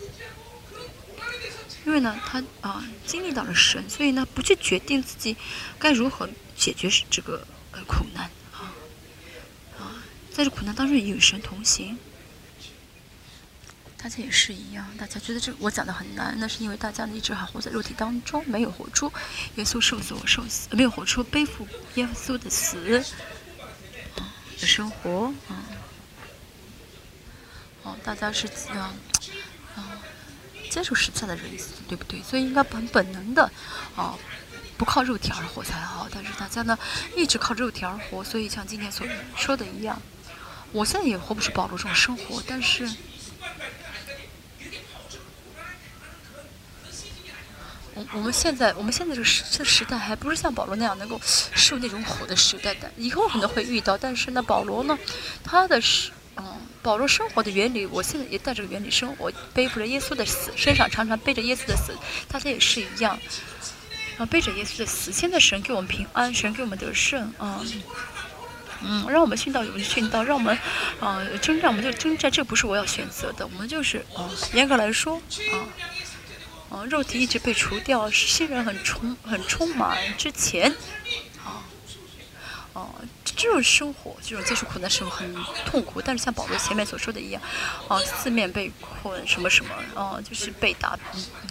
因为呢，他经历到了神，所以呢，不去决定自己该如何解决这个苦难在这苦难当中与神同行。大家也是一样，大家觉得这我讲的很难，那是因为大家呢一直还活在肉体当中，没有活出耶稣受死我受死，没有活出背负耶稣的死的生活大家是接受实在的人，对不对？所以应该很本能的不靠肉体而活才好。但是大家呢一直靠肉体而活，所以像今天所说的一样，我现在也活不出保罗这种生活，但是我们现在这个时代还不是像保罗那样能够受那种苦的时代的，以后可能会遇到。但是呢，保罗呢，保罗生活的原理，我现在也带着原理生活，背负着耶稣的死，身上常常背着耶稣的死，大家也是一样背着耶稣的死。现在神给我们平安，神给我们得胜让我们殉道，我们殉道；让我们征战，我们就征战。这不是我要选择的，我们就是严格来说肉体一直被除掉，新人很充满之前这种生活，这种接触苦难是很痛苦。但是像保罗前面所说的一样四面被困什么什么就是被打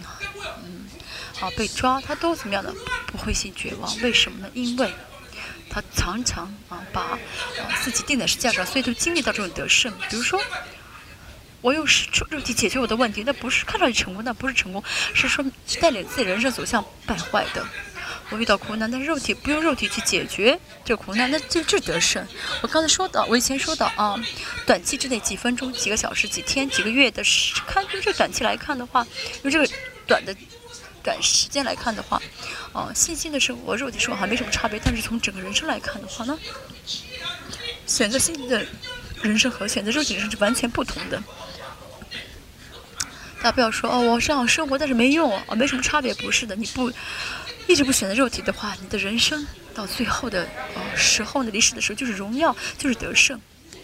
被抓，他都怎么样的不灰心绝望。为什么呢？因为他常常把自己定在十字架上，所以都经历到这种得胜。比如说我用肉体解决我的问题，那不是看上去成功，那不是成功，是说带领自己人生走向败坏的。我遇到苦难，但是不用肉体去解决这个苦难，那这得胜。我刚才说到，我以前说到短期之内几分钟、几个小时、几天、几个月的用这短期来看的话，用这个短时间来看的话，信心的生活、肉体生活还没什么差别。但是从整个人生来看的话呢，选择信心的人生和选择肉体人生是完全不同的。大家不要说我这样生活但是没用没什么差别，不是的。你一直不选择肉体的话，你的人生到最后的时候呢，离世的时候就是荣耀，就是得胜。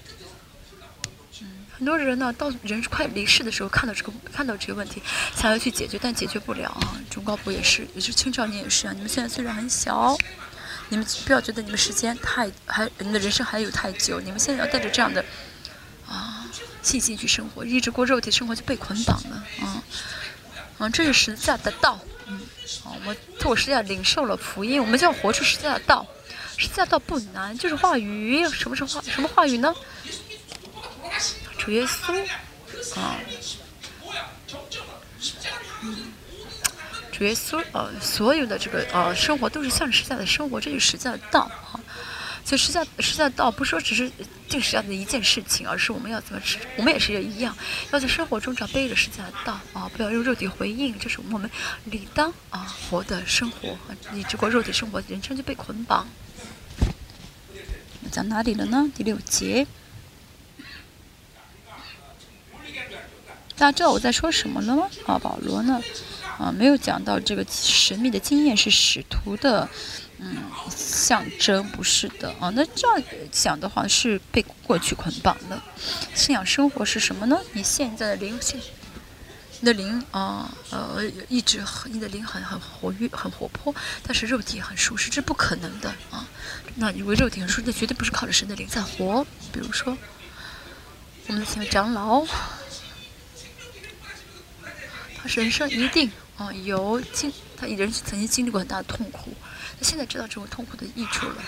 很多人呢到人快离世的时候看到这个问题，想要去解决，但解决不了中高部也是青少年也是你们现在虽然很小，你们不要觉得你们时间你们的人生还有太久，你们现在要带着这样的信心去生活，一直过肉体生活就被捆绑了这是十字架的道。我们透过十字架领受了福音，我们就要活出十字架的道。十字架道不难，就是话语。什么话语呢？主耶稣主耶稣所有的这个生活都是向着十字架的生活，这就是十字架的道所以十字架的道不是说只是这个十字架的一件事情，而是我们要怎么吃，我们也是一样，要在生活中这样背着十字架的道不要用肉体回应，这是我们理当活的生活你只过肉体生活，人生就被捆绑。讲哪里了呢？第6节。大家知道我在说什么了吗？保罗呢没有讲到这个神秘的经验是使徒的象征，不是的那这样想的话是被过去捆绑的。信仰生活是什么呢？你现在的灵性，你的灵一直你的灵很活跃很活泼，但是肉体很舒适，这不可能的那如果肉体很舒适，那绝对不是靠着神的灵在活。比如说我们的前长老，他人生一定他人曾经经历过很大的痛苦，他现在知道这种痛苦的益处了。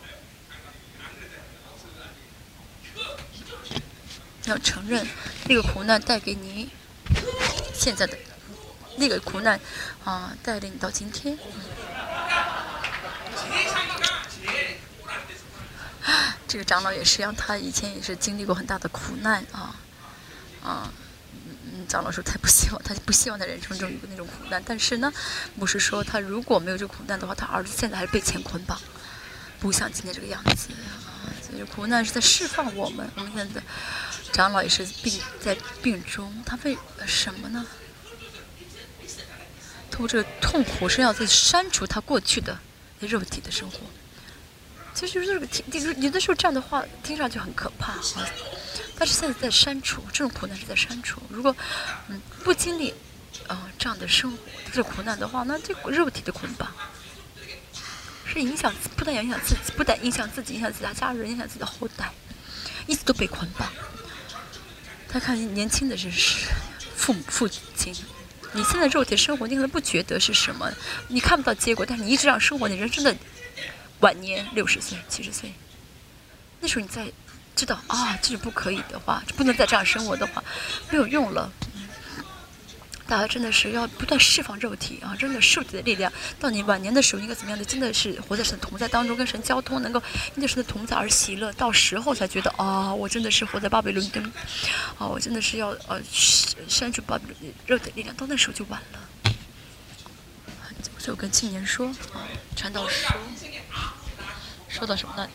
要承认那个苦难带给你现在的那个苦难带领你到今天。 这个长老也是一样，他以前也是经历过很大的苦难长老说他不希望他人生中有那种苦难，但是呢，牧师说他如果没有这个苦难的话，他儿子现在还是被钱捆绑，不像今天这个样子所以苦难是在释放我们。我们现在的长老也是在病中，他为什么呢？通过这个痛苦是要在删除他过去的肉体的生活。其实就是有的时候这样的话听上去很可怕但是现在在删除这种苦难是在删除。如果不经历这样的生活这苦难的话，那这肉体的捆绑是不但影响自己，不但影响自己，影响自己的家人，影响自己的后代，一直都被捆绑。他看年轻的是父亲，你现在肉体生活你可能不觉得是什么，你看不到结果，但是你一直这样生活，你人生的晚年60岁、70岁，那时候你再知道这是不可以的话，不能再这样生活的话，没有用了。大家真的是要不断释放肉体真的肉体的力量。到你晚年的时候应该怎么样的？真的是活在神同在当中，跟神交通，能够因着神的同在而喜乐。到时候才觉得我真的是活在巴比伦灯我真的是要删除巴比伦肉体的力量。到那时候就晚了。所以我跟青年说传道说到什么呢？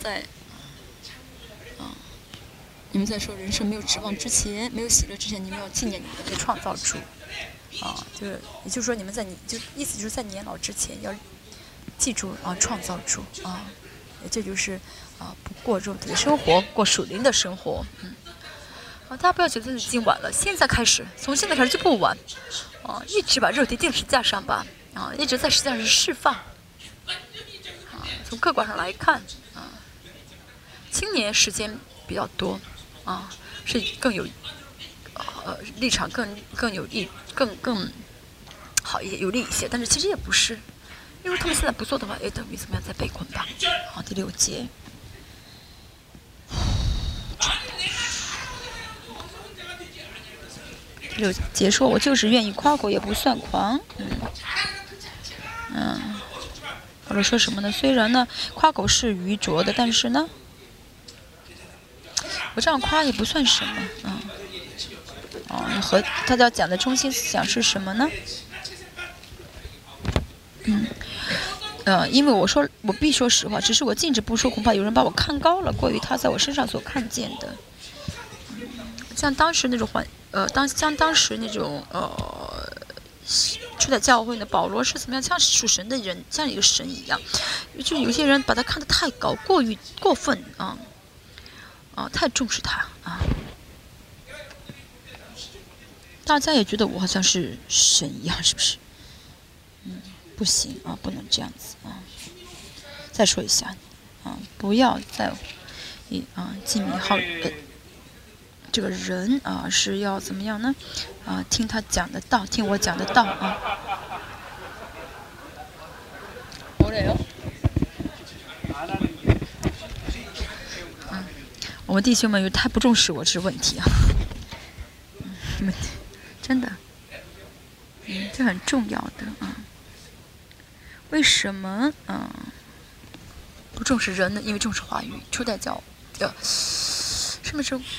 你们在说人生没有指望之前，没有喜乐之前，你们要纪念你们的创造主也就是说你们意思就是在年老之前要记住创造主这就是不过肉体的生活，过属灵的生活大家不要觉得已经晚了，现在开始，从现在开始就不晚一直把肉体定十字架上吧一直在十字架上释放从客观上来看青年时间比较多是更有立场更有利更好一些，有利一些，但是其实也不是，因为他们现在不做的话，也等于怎么样在被捆绑第6节。第6节说：“我就是愿意夸口，也不算狂。”或者说什么呢？虽然呢，夸口是愚拙的，但是呢，我这样夸也不算什么和他要讲的中心思想是什么呢？因为我必说实话，只是我禁止不说，恐怕有人把我看高了，过于他在我身上所看见的。像当时那种当时那种初代教会的保罗是怎么样？像属神的人，像一个神一样，就有些人把他看得太高，过分太重视他大家也觉得我好像是神一样，是不是？不行不能这样子再说一下不要再记名号这个人是要怎么样呢？听他讲的道，听我讲的道我们弟兄们太不重视我，这是问题真的，这很重要的为什么不重视人呢？因为重视话语。初代教什么时候？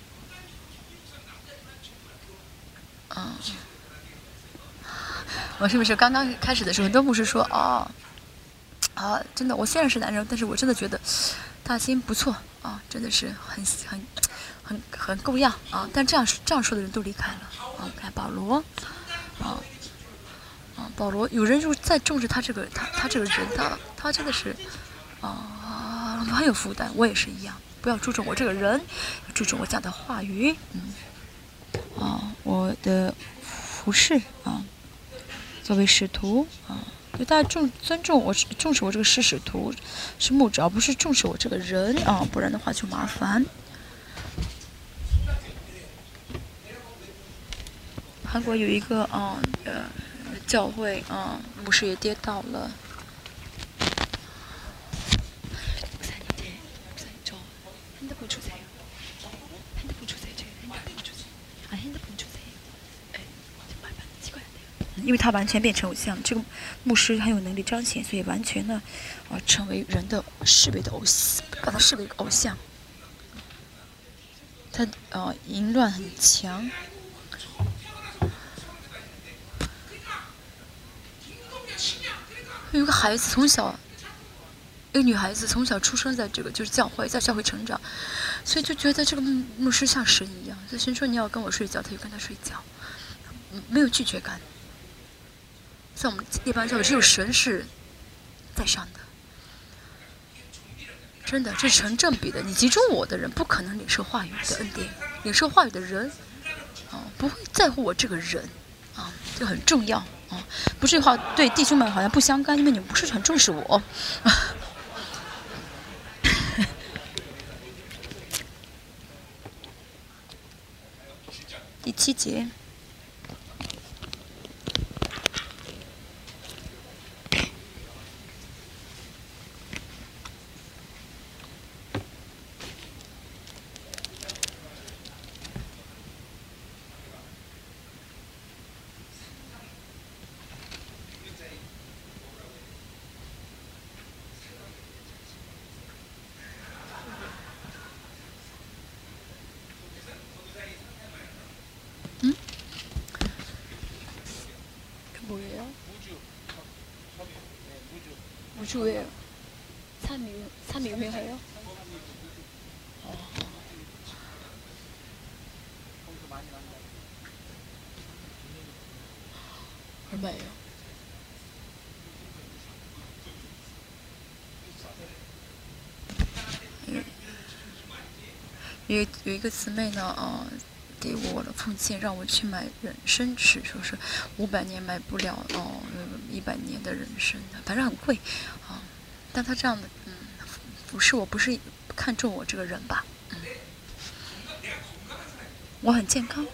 我是不是刚刚开始的时候，很多牧师说真的，我虽然是男人，但是我真的觉得大心不错真的是很够样但这样说的人都离开了看保罗保罗有人就再重视他这个人，他真的是很有负担。我也是一样，不要注重我这个人，注重我讲的话语我的服饰作为使徒就大家尊重我，重视我这个使徒是牧者，而不是重视我这个人不然的话就麻烦。韩国有一个教会牧师也跌倒了。 因为他完全变成偶像，这个牧师很有能力彰显，所以完全呢，成为人的视为的偶像，把他视为一个偶像。他淫乱很强。有个孩子从小，一个女孩子从小出生在这个就是教会，在教会成长，所以就觉得这个牧师像神一样。所以神说你要跟我睡觉，他就跟他睡觉，没有拒绝感。在我们一般教会，只有神是在上的。真的，这是成正比的。你集中我的人，不可能领受话语的恩典；领受话语的人，不会在乎我这个人，这很重要。不是话对弟兄们好像不相干，因为你们不是很重视我。第7节。뭐예요? 우주예요. 3위회요? 얼마예요?有一个姊妹呢，给我的奉献，让我去买人参吃，说是500年买不了100年的人参的，反正很贵但他这样的，不是我不是看中我这个人吧，我很健康，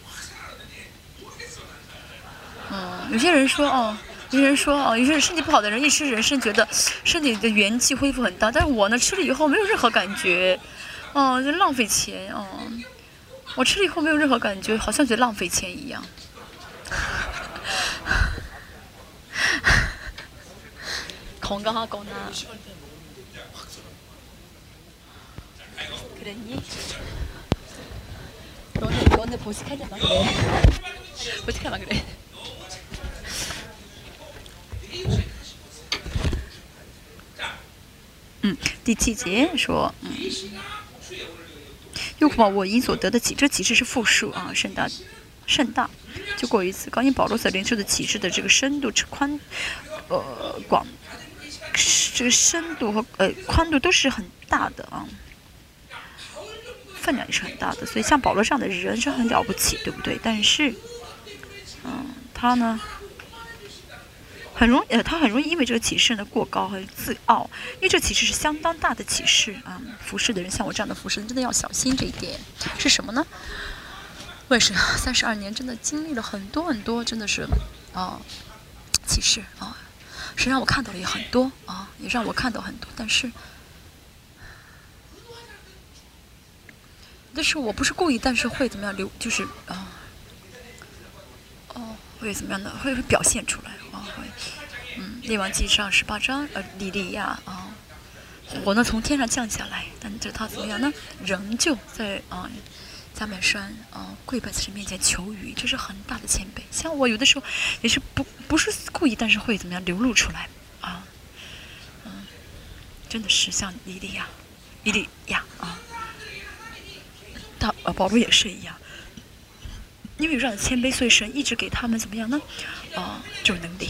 有些人说有些人身体不好的人一吃人参，觉得身体的元气恢复很大，但是我呢吃了以后没有任何感觉，就浪费钱我吃了以后没有任何感觉，好像觉得浪费钱一样。건강하거나 그랬니? 너네 보식하지 마 그래. 보식하지 마 그래. 第7节说，又把我因所得的启，这启示是复数甚大，就过于此高。因保罗所领受的启示的这个深度、广，这个深度和宽度都是很大的分量也是很大的。所以像保罗这样的人是很了不起，对不对？但是，他呢？他很容易因为这个启示呢过高和自傲，因为这启示是相当大的启示服侍的人，像我这样的服侍人真的要小心这一点。是什么呢？我也是32年，真的经历了很多很多，真的是启示实际上我看到了也很多也让我看到很多，但是我不是故意，但是会怎么样就是会怎么样的？会表现出来会列王记上18章，以利亚火呢从天上降下来，但是他怎么样呢？仍旧在加美山跪拜神面前求雨，这是很大的谦卑。像我有的时候也是不是故意，但是会怎么样流露出来真的是像以利亚保罗也是一样。因为有这样的谦卑，所以神一直给他们怎么样呢？这种能力。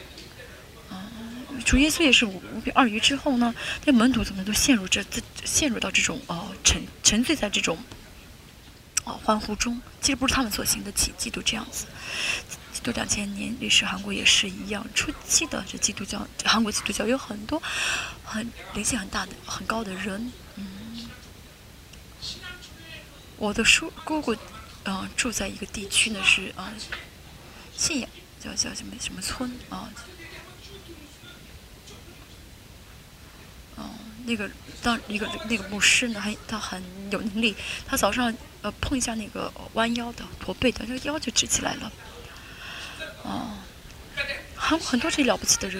主耶稣也是5比2鱼之后呢，那门徒怎么都陷入到这种沉醉在这种欢呼中。其实不是他们所行的奇迹都这样子。基督2000年历史，韩国也是一样。初期的这韩国基督教有很多灵性很高的人。我的姑姑。住在一个地区呢，是信仰叫什么村那个那个牧师呢，他很有能力，他早上碰一下那个弯腰的驼背的，那个腰就直起来了很多这了不起的人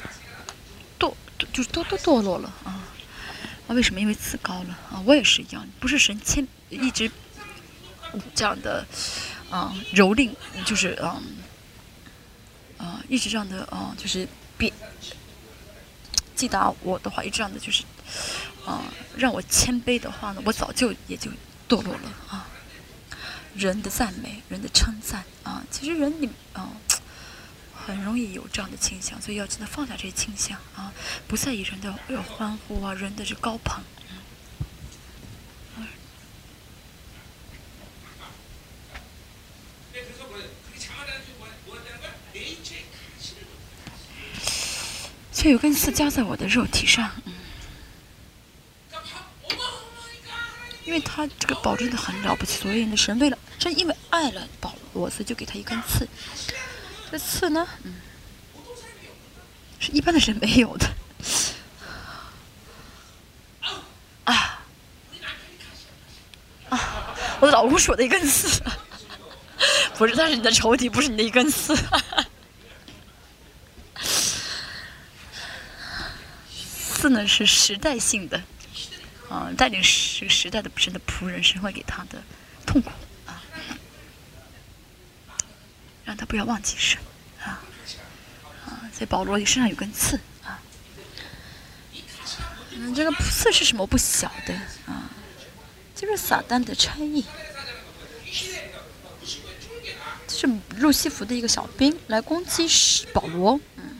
都堕落了啊！为什么？因为自高了啊！我也是一样，不是神一直这样的蹂躏，就是一直这样的就是击打我的话，一直这样的就是让我谦卑的话呢，我早就也就堕落了啊！人的赞美，人的称赞啊，其实人很容易有这样的倾向，所以要真的放下这些倾向啊，不在意人的欢呼啊，人的这高捧。却有根刺加在我的肉体上，因为他这个保罗真的很了不起，所以呢，神因为爱了保罗，所以就给他一根刺。这刺呢，是一般的人没有的。我的老公是我的一根刺，不是，他是你的仇敌，不是你的一根刺。刺呢是时代性的，带领这个时代的神的仆人，神会给他的痛苦啊，让他不要忘记神所以保罗身上有根刺啊。这个刺是什么？我不晓得啊，就是撒旦的差役，就是路西弗的一个小兵来攻击保罗。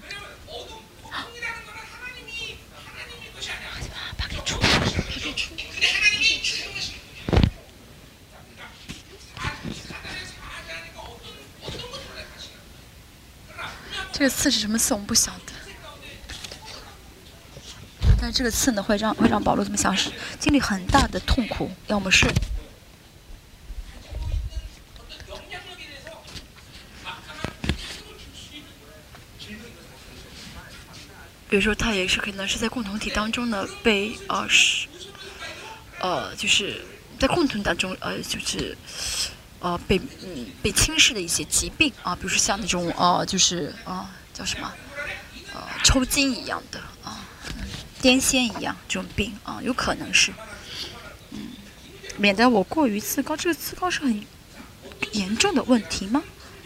这个刺是什么刺？我们不晓得。但是这个刺呢，会让保罗怎么想？是经历很大的痛苦，要么是比如说他也是可能是在共同体当中呢被就是在共同当中就是被轻视的一些疾病啊，比如说像那种就是叫什么抽筋一样的癫痫一样这种病有可能是免得我过于自高。这个自高是很严重的问题吗？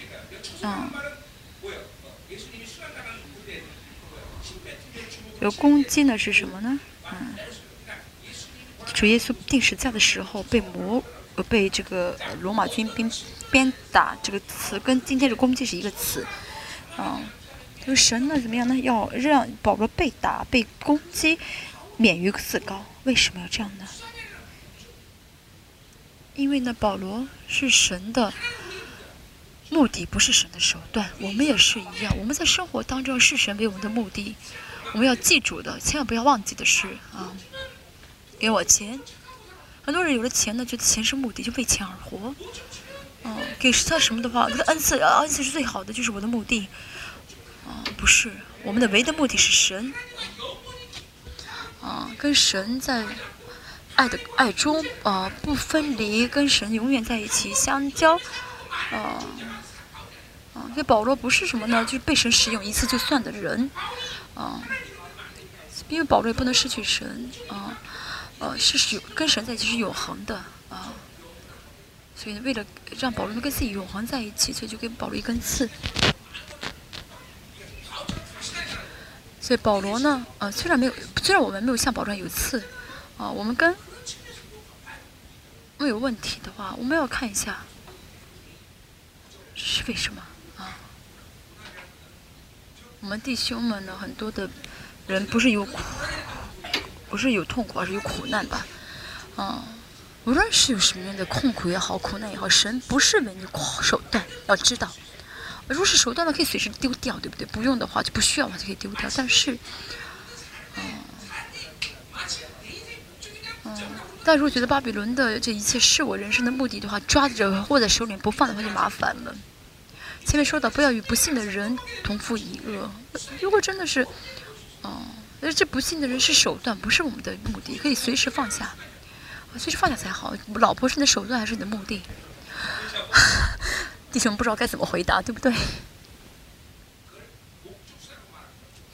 有攻击呢是什么呢？主耶稣钉十字架的时候被这个罗马军兵鞭打，这个词跟今天的攻击是一个词就是神呢怎么样呢？要让保罗被打被攻击，免于自高。为什么要这样呢？因为呢，保罗是神的目的，不是神的手段。我们也是一样，我们在生活当中视神为我们的目的。我们要记住的，千万不要忘记的是给我钱。很多人有了钱呢，觉得钱是目的，就为钱而活。给他什么的话，给他恩赐是最好的，就是我的目的。不是，我们的唯一的目的是神。跟神在爱中不分离，跟神永远在一起相交。所以保罗不是什么呢？就是被神使用一次就算的人。因为保罗也不能失去神是跟神在一起是永恒的所以为了让保罗能跟自己永恒在一起，所以就给保罗一根刺。所以保罗呢虽然我们没有像保罗有刺我们有问题的话，我们要看一下是为什么我们弟兄们呢，很多的人不是有痛苦，而是有苦难吧无论是有什么样的痛苦也好，苦难也好，神不是为你手段，要知道。如果是手段呢，可以随时丢掉，对不对？不用的话就不需要，就可以丢掉。但是，但如果觉得巴比伦的这一切是我人生的目的的话，抓着握在手里不放的话就麻烦了。前面说到不要与不幸的人同负一恶。如果真的是，这不幸的人是手段，不是我们的目的，可以随时放下，随时放下才好。老婆是你的手段还是你的目的？弟兄不知道该怎么回答，对不对？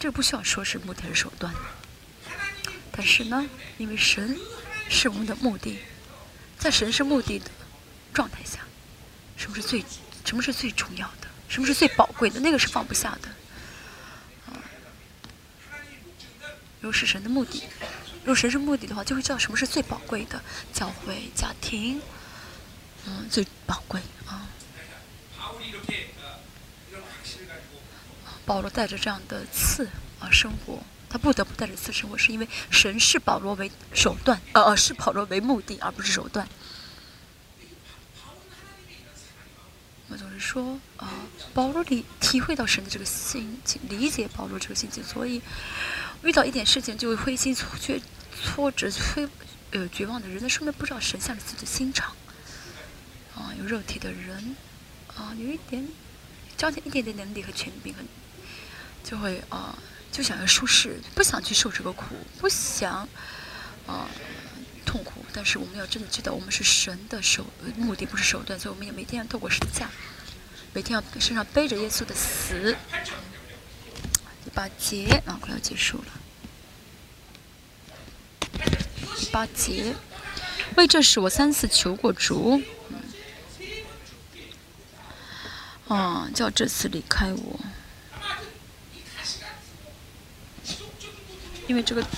这个不需要说是目的还是手段。但是呢，因为神是我们的目的，在神是目的的状态下，什么是最重要的？什么是最宝贵的？那个是放不下的。如果是神的目的，如果神是目的的话，就会知道什么是最宝贵的。教会、家庭，最宝贵啊。保罗带着这样的刺生活，他不得不带着刺生活，是因为神视保罗为手段，视保罗为目的，而不是手段。我总是说保罗体会到神的这个心情，理解保罗这个心情，所以遇到一点事情就会灰心挫折、绝望的人，那说明不知道神向着自己的心肠。有肉体的人有一点彰显一点点能力和权柄，就会就想要舒适，不想去受这个苦，不想痛苦。但是我们要真的知道，我们是神的目的，不是手段，所以我们也每天要透过十字架，每天要身上背着耶稣的死。第8节快要结束了。第8节，为这事我3次求过主，叫这次离开我，因为这个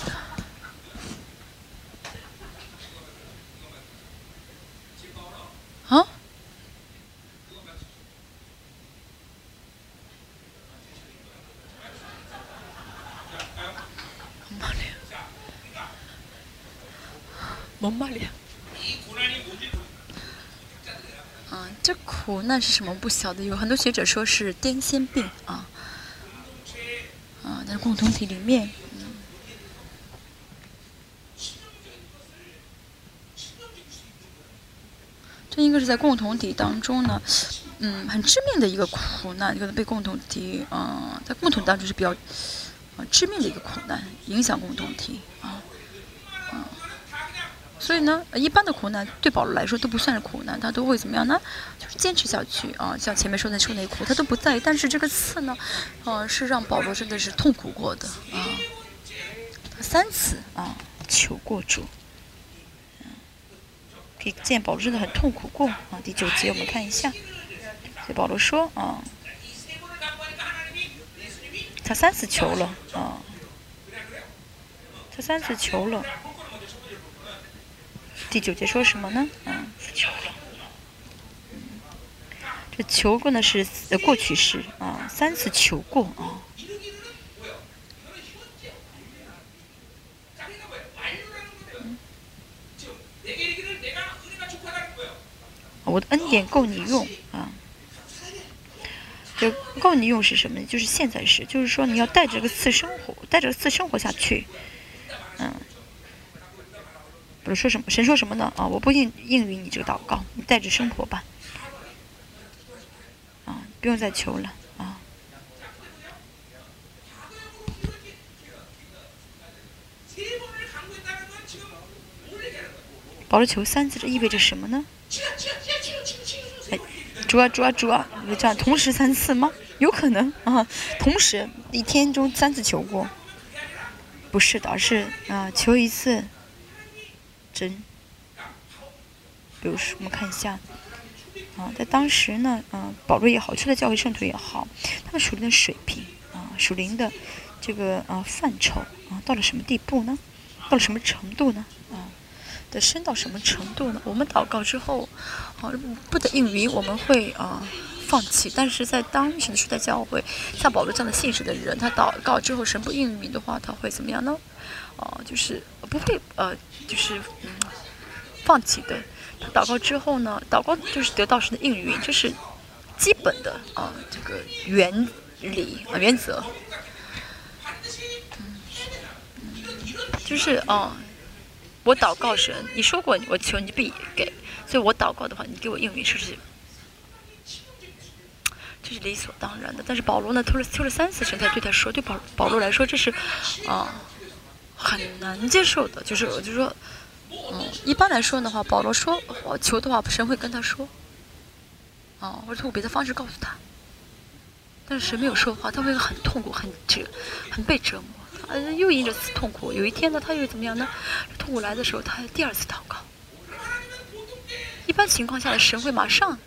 뭔 말이야? 这苦难是什么不晓得，有很多学者说是癫痫病在共同体里面，这应该是在共同体当中呢，很致命的一个苦难，被共同体在共同体当中是比较致命的一个苦难，影响共同体所以呢，一般的苦难对保罗来说都不算是苦难，他都会怎么样呢？就是坚持下去像前面说的受那苦，他都不在意。但是这个刺呢，是让保罗真的是痛苦过的他3次求过主，可以见保罗真的很痛苦过第9节我们看一下，所以保罗说他3次求了他3次求了。第9节说什么呢？这求过呢是过去式3次求过我的恩典够你用就够你用是什么呢？就是现在时，就是说你要带着这个刺生活下去不是说什么？神说什么呢？我不应允你这个祷告，你带着生活吧。不用再求了保罗求3次，这意味着什么呢？主啊，这样同时3次吗？有可能同时一天中3次求过，不是的，而是求一次。比如说我们看一下在当时呢保罗也好，初代教会圣徒也好，他们属灵的水平属灵的这个范畴到了什么地步呢？到了什么程度呢？的深到什么程度呢？我们祷告之后不得应允，我们会放弃。但是在当时的初代教会，像保罗这样的信实的人，他祷告之后神不应允的话，他会怎么样呢？就是不会就是放弃的。他祷告之后呢，祷告就是得到神的应允，这是基本的这个原则。就是我祷告神，你说过我求你必给，所以我祷告的话，你给我应允，是不是？这是理所当然的。但是保罗呢，求了3次神才对他说，对保罗来说这是很难接受的。就是说一般来说的话，保罗说求的话，神会跟他说或者通过别的方式告诉他但是神没有说话，他会很痛苦，很被折磨。又因着此痛苦，有一天呢，他又怎么样呢？痛苦来的时候，他第二次祷告。一般情况下，神会马上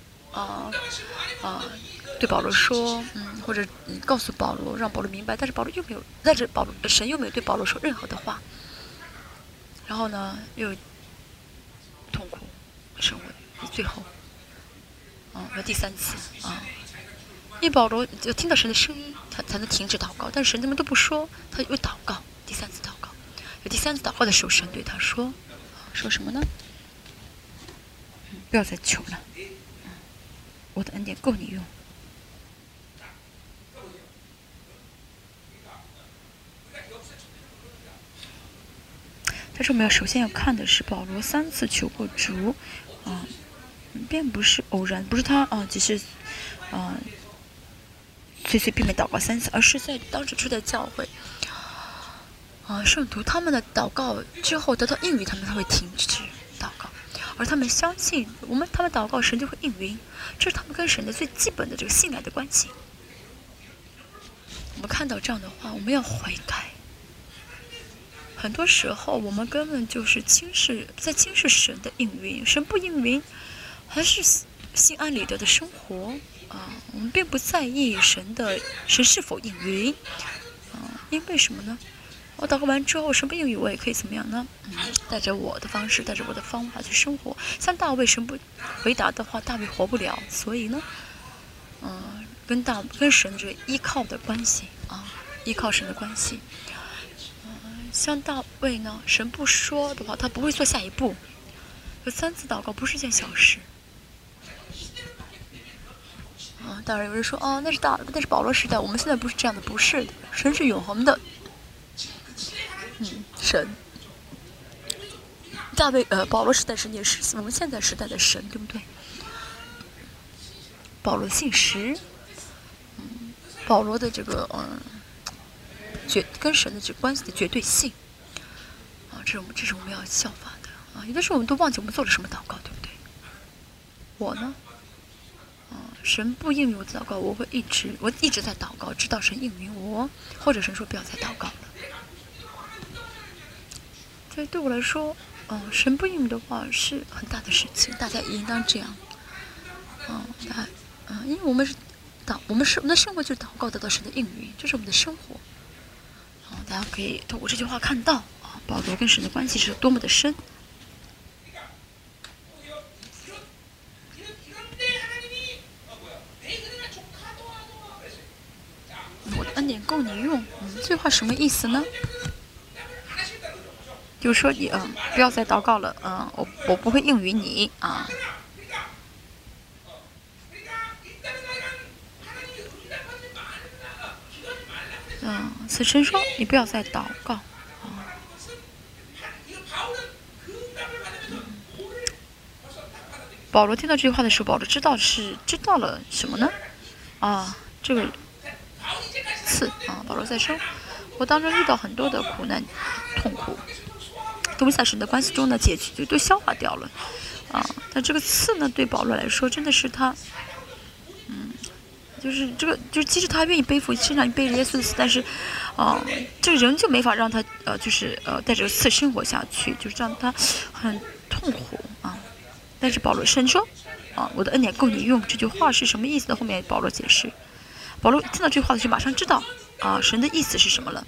对保罗说，或者告诉保罗，让保罗明白。但是保罗又没有，神又没有对保罗说任何的话。然后呢，又痛苦，神会最后，第三次因为保罗就听到神的声音，他才能停止祷告。但是神怎么都不说，他又祷告，第三次祷告。有第三次祷告的时候，神对他说，说什么呢？不要再求了，我的恩典够你用。但是我们要首先要看的是保罗3次求过主，并不是偶然，不是他只是随随便便祷告3次，而是在当时初代教会圣徒他们的祷告之后得到应允，他们才会停止祷告，而他们相信他们祷告神就会应允，这是他们跟神的最基本的这个信赖的关系。我们看到这样的话，我们要悔改。很多时候我们根本就是轻视神的应允，神不应允，还是心安理得的生活我们并不在意神是否应允因为什么呢？我祷告完之后，神不应允，我也可以怎么样呢？带着我的方式，带着我的方法去生活。像大卫，神不回答的话，大卫活不了。所以呢，跟神的这个依靠的关系依靠神的关系。像大卫呢，神不说的话，他不会做下一步。有3次祷告不是件小事。当然有人说那是保罗时代，我们现在不是这样的，不是的，神是永恒的。神，保罗时代神也是我们现在时代的神，对不对？保罗信实，保罗的这个跟神的这关系的绝对性这是我们要效法的有的时候我们都忘记我们做了什么祷告，对不对？我呢神不应允我的祷告，我一直在祷告，直到神应允我，或者神说不要再祷告了。所以对我来说神不应允的话是很大的事情，大家也应当这样因为我们的生活就是祷告得到神的应允，这是我们的生活大家可以透过这句话看到保罗跟神的关系是多么的深。我的恩典够你用这句话什么意思呢？就是说你不要再祷告了我不会应允你此神说你不要再祷告保罗听到这句话的时候，保罗知道了什么呢？这个刺保罗在生活当中遇到很多的苦难痛苦，都在神的关系中呢解决都消化掉了但这个刺呢对保罗来说真的是他就是这个就是即使他愿意背负身上背着耶稣的刺，但是这个人就没法让他带着刺生活下去，就是让他很痛苦但是保罗神说我的恩典够你用，这句话是什么意思呢？后面保罗解释，保罗听到这句话的时候马上知道神的意思是什么了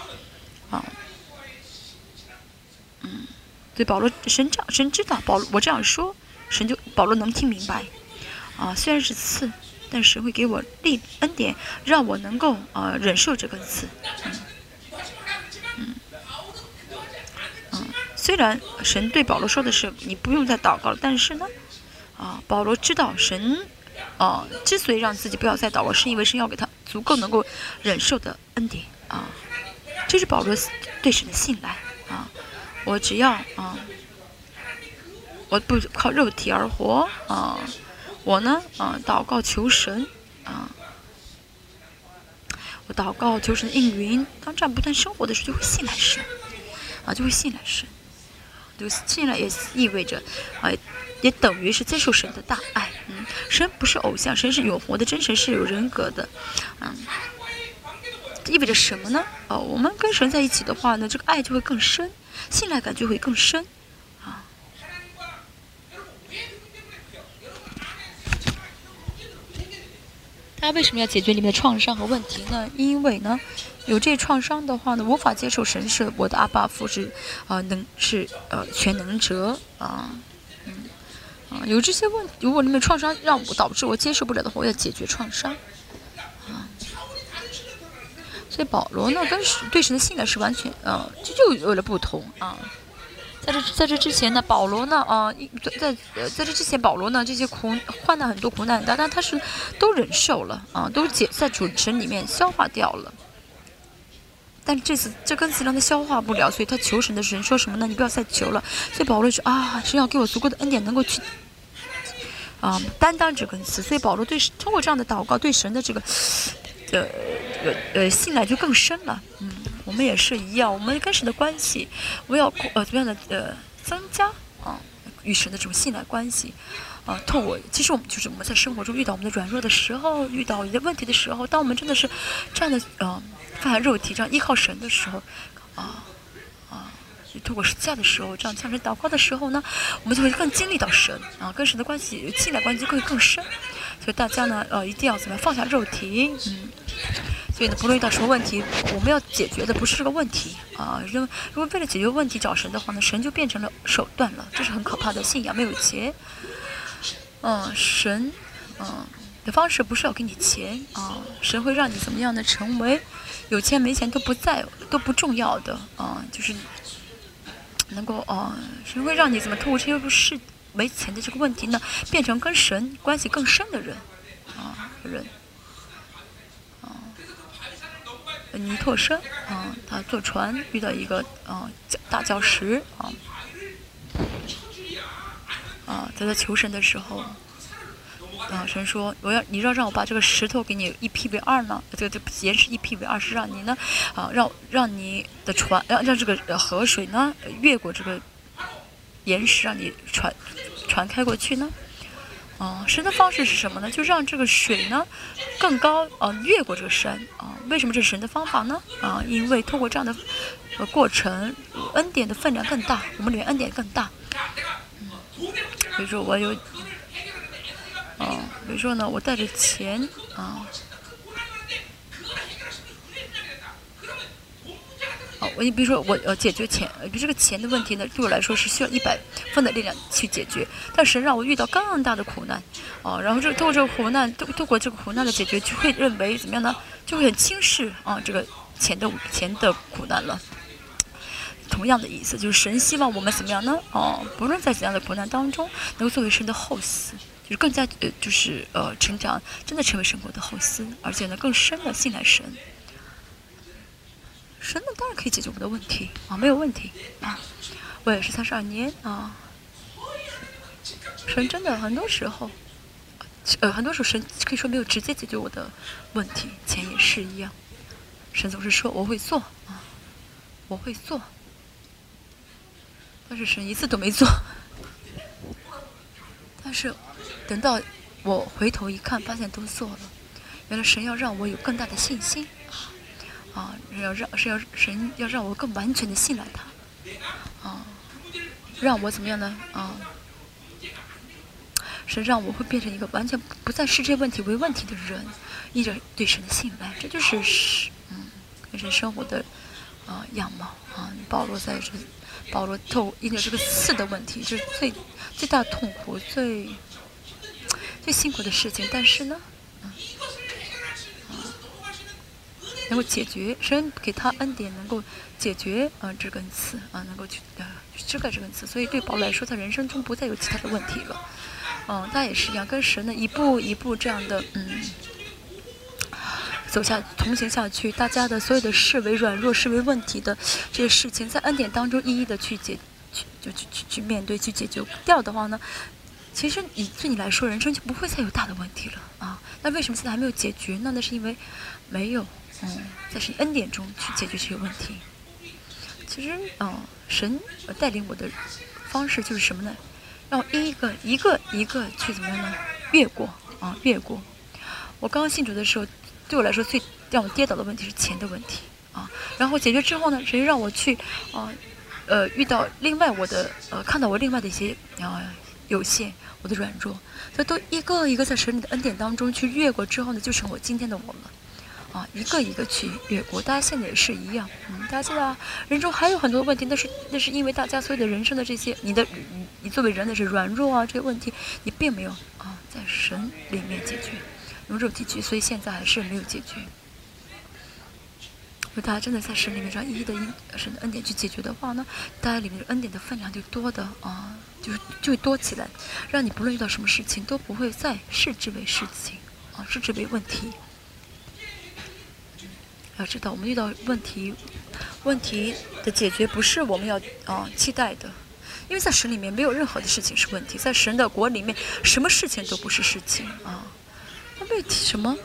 对保罗神知道我这样说，保罗能听明白虽然是刺，但神会给我恩典，让我能够忍受这根刺虽然神对保罗说的是你不用再祷告了，但是呢保罗知道神之所以让自己不要再祷告，是因为神要给他足够能够忍受的恩典这是保罗对神的信赖我只要我不靠肉体而活我呢祷告求神我祷告求神应允，当这样不断生活的时候，就会信赖神就会信赖神。这个信赖也意味着也等于是接受神的大爱神不是偶像，神是有活的真神，是有人格的。这意味着什么呢？我们跟神在一起的话呢，这个爱就会更深，信赖感就会更深。他为什么要解决里面的创伤和问题呢？因为呢，有这创伤的话呢，无法接受神是我的阿爸父是全能者有这些问题，如果里面创伤让我导致我接受不了的话，我要解决创伤所以保罗呢，跟对神的信赖是完全就有了不同在这之前呢，保罗呢在这之前，保罗呢这些患难很多苦难，但他是都忍受了都在主神里面消化掉了。但是这根刺让他消化不了，所以他求神的神说什么呢？你不要再求了。所以保罗说神要给我足够的恩典，能够去担当这根刺。所以保罗通过这样的祷告，对神的这个信赖就更深了。我们也是一样，我们跟神的关系，我要怎么样的增加与神的这种信赖关系其实我们在生活中遇到我们的软弱的时候，遇到一些问题的时候，当我们真的是这样的放下肉体，这样依靠神的时候透过十字架的时候，这样向神祷告的时候呢，我们就会更经历到神跟神的关系、信赖关系就会更深。所以大家呢一定要怎么样放下肉体所以呢，不论遇到什么问题，我们要解决的不是这个问题如果为了解决问题找神的话呢，神就变成了手段了，这是很可怕的信仰，没有钱。神的方式不是要给你钱神会让你怎么样的成为有钱没钱都不重要的就是能够神会让你怎么透过这些不是没钱的这个问题呢，变成跟神关系更深的人尼托生他坐船遇到一个大礁石在他求神的时候神说你让我把这个石头给你一劈为二呢，这个岩石一劈为二，是让你呢让你的船让这个河水呢越过这个岩石，让你船开过去呢神的方式是什么呢？就让这个水呢更高越过这个山为什么这是神的方法呢因为通过这样的过程，恩典的分量更大，我们里面恩典更大比如说我有比如说呢，我带着钱比如说我解决这个钱的问题呢，对我来说是需要100分的力量去解决，但神让我遇到更大的苦难然后通过这个苦难，通过这个苦难的解决，就会认为怎么样呢？就会很轻视这个钱的苦难了。同样的意思，就是神希望我们怎么样呢？不论在怎样的苦难当中，能够作为神的后嗣，就是更加成长，真的成为神国的后嗣，而且呢更深的信赖神。神呢当然可以解决我们的问题没有问题我也是32年神真的很多时候神可以说没有直接解决我的问题，钱也是一样。神总是说我会做我会做，但是神一次都没做。但是等到我回头一看，发现都做了。原来神要让我有更大的信心神要让我更完全的信赖他让我怎么样呢神让我会变成一个完全不再视这些问题为问题的人，依着对神的信赖，这就是跟神生活的样貌保罗因着这个刺的问题，就是最大的痛苦、最辛苦的事情，但是呢能够解决，神给他恩典能够解决这根刺能够去遮盖这根刺，所以对保罗来说，他人生中不再有其他的问题了。他也是一样，跟神呢一步一步这样的同行下去，大家的所有的视为软弱、视为问题的这些事情，在恩典当中一一的去面对、去解决掉的话呢，其实对你来说，人生就不会再有大的问题了那为什么现在还没有解决呢？那是因为没有在神恩典中去解决这些问题。其实神带领我的方式就是什么呢？让我一个去怎么样呢？ 越过越过。我刚刚信主的时候，对我来说最让我跌倒的问题是钱的问题然后解决之后呢，神让我去遇到另外看到我另外的一些有限，我的软弱，这都一个一个在神里的恩典当中去越过之后呢，就成我今天的我了一个一个去越过。大家现在也是一样，大家现在人中还有很多问题，那是因为大家所有的人生的这些，你作为人的是软弱这些问题，你并没有在神里面解决，用肉体去，所以现在还是没有解决。如果大家真的在神里面这样一一的神的恩典去解决的话呢，大家里面的恩典的分量就多的就会多起来，让你不论遇到什么事情都不会再视之为事情视之为问题。要知道，我们遇到问题的解决不是我们要期待的，因为在神里面没有任何的事情是问题，在神的国里面什么事情都不是事情他没有提什么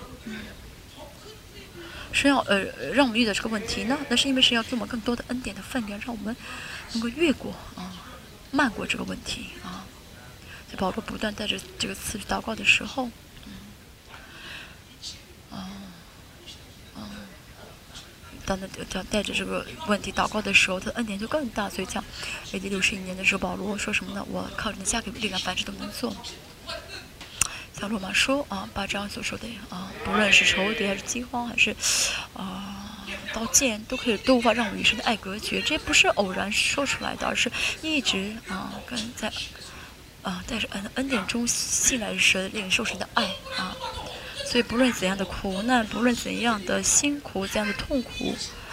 神要让我们遇到这个问题呢，那是因为神要给我们更多的恩典的分量，让我们能够越过漫过这个问题在保罗不断带着这个词祷告的时候当他带着这个问题祷告的时候，他的恩典就更大。所以讲 AD 61年的时候，保罗说什么呢？我靠着加给力量，凡事都能做。像罗马书8章所说的不论是仇敌还是饥荒还是刀剑，都无法让我与神的爱隔绝。这不是偶然说出来的，而是一直带着恩典中信赖神、领受神的爱所以不论怎样的苦难，不论怎样的辛苦、怎样的痛苦，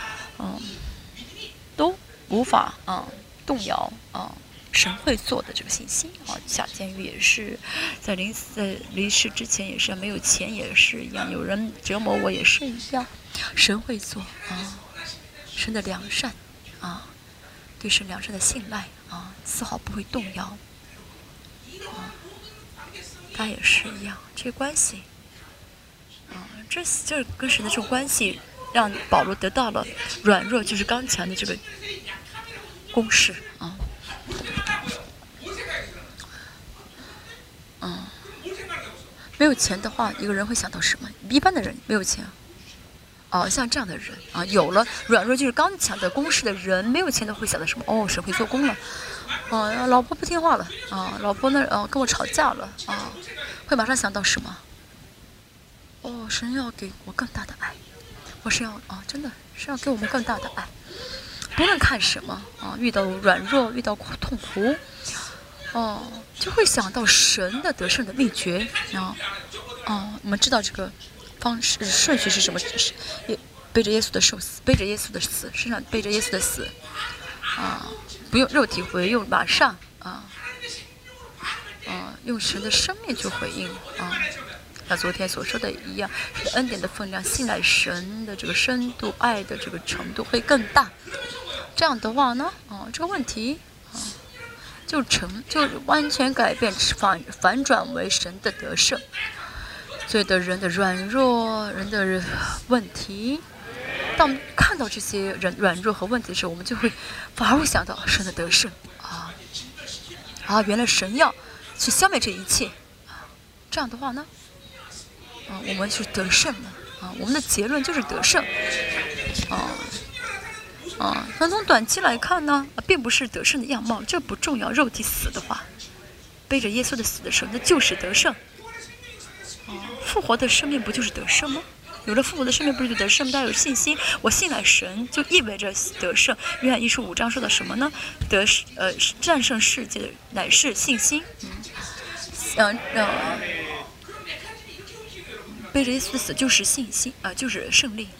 都无法动摇神会做的这个信息下监狱也是，在离世之前也是，没有钱也是一样，有人折磨我也是一样，神会做神的良善对神良善的信赖丝毫不会动摇他也是一样，这些关系。这跟神的这种关系，让保罗得到了软弱就是刚强的这个公式没有钱的话，一个人会想到什么？一般的人没有钱像这样的人有了软弱就是刚强的公式的人，没有钱的会想到什么？神会做工了老婆不听话了老婆呢跟我吵架了会马上想到什么？神要给我更大的爱，我是要真的是要给我们更大的爱，不论看什么遇到软弱，遇到痛苦就会想到神的得胜的秘诀我们知道这个方式顺序是什么？背着耶稣的受死，背着耶稣的死，身上背着耶稣的死不用肉体回应，马上用神的生命去回应像昨天所说的一样，恩典的分量，信赖神的这个深度，爱的这个程度会更大。这样的话呢这个问题就完全改变，反转为神的得胜。所有的人的软弱，人的问题，当我们看到这些人软弱和问题的时候，我们就会反而会想到神的得胜原来神要去消灭这一切这样的话呢我们是得胜了我们的结论就是得胜那从短期来看呢并不是得胜的样貌，这不重要。肉体死的话，背着耶稣的死的时候，那就是得胜复活的生命不就是得胜吗？有了复活的生命，不是就得胜吗？大家有信心，我信赖神，就意味着得胜。约翰15章说的什么呢？战胜世界的乃是信心。背着耶稣的死就是信心就是胜利。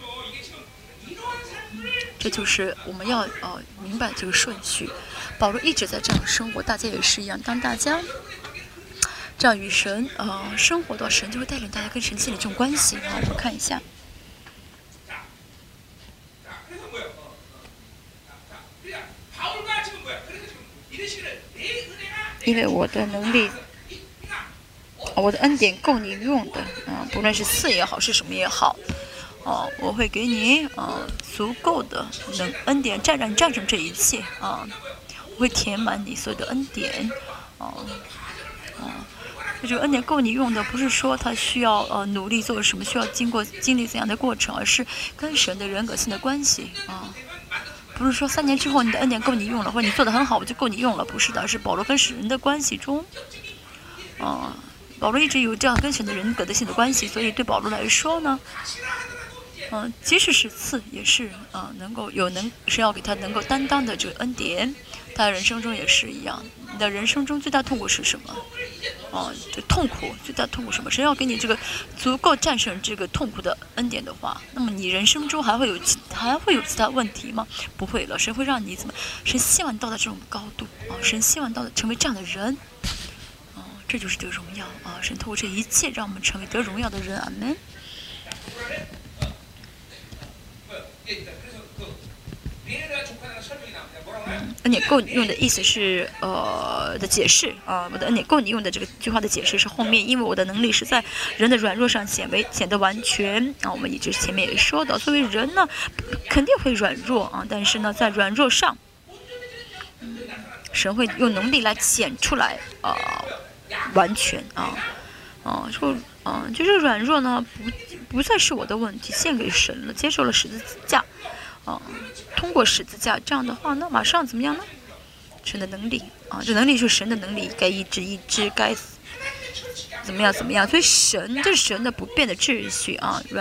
这就是我们要明白这个顺序。保罗一直在这样生活，大家也是一样。当大家这样与神生活的话，神就会带领大家跟神建立这种关系我们看一下。因为我的能力，我的恩典够你用的不论是赐也好，是什么也好我会给你足够的恩典，让你战胜这一切我会填满你所有的恩典这个恩典够你用的，不是说他需要努力做什么，需要经历怎样的过程，而是跟神的人格性的关系啊。不是说3年之后你的恩典够你用了，或者你做得很好我就够你用了，不是的，是保罗跟神的关系中，保罗一直有这样跟神的人格的性的关系，所以对保罗来说呢，即使是次也是能够神要给他能够担当的这个恩典，他的人生中也是一样。你的人生中最大痛苦是什么？这痛苦最大痛苦是什么？神要给你这个足够战胜这个痛苦的恩典的话，那么你人生中还会有其他问题吗？不会了，神会让你神希望你到达这种高度神希望成为这样的人这就是得荣耀神透过这一切让我们成为得荣耀的人，阿们。恩典够你用的意思是的解释我的恩典够你用的这个句话的解释是后面，因为我的能力是在人的软弱上显得完全我们一直前面也说到，作为人呢肯定会软弱但是呢在软弱上神会用能力来显出来完全就是软弱呢不再是我的问题，献给神了，接受了十字架通过十字架，这样的话那马上怎么样呢？神的能力这能力就是神的能力，该医治该怎么样，所以这是神的不变的秩序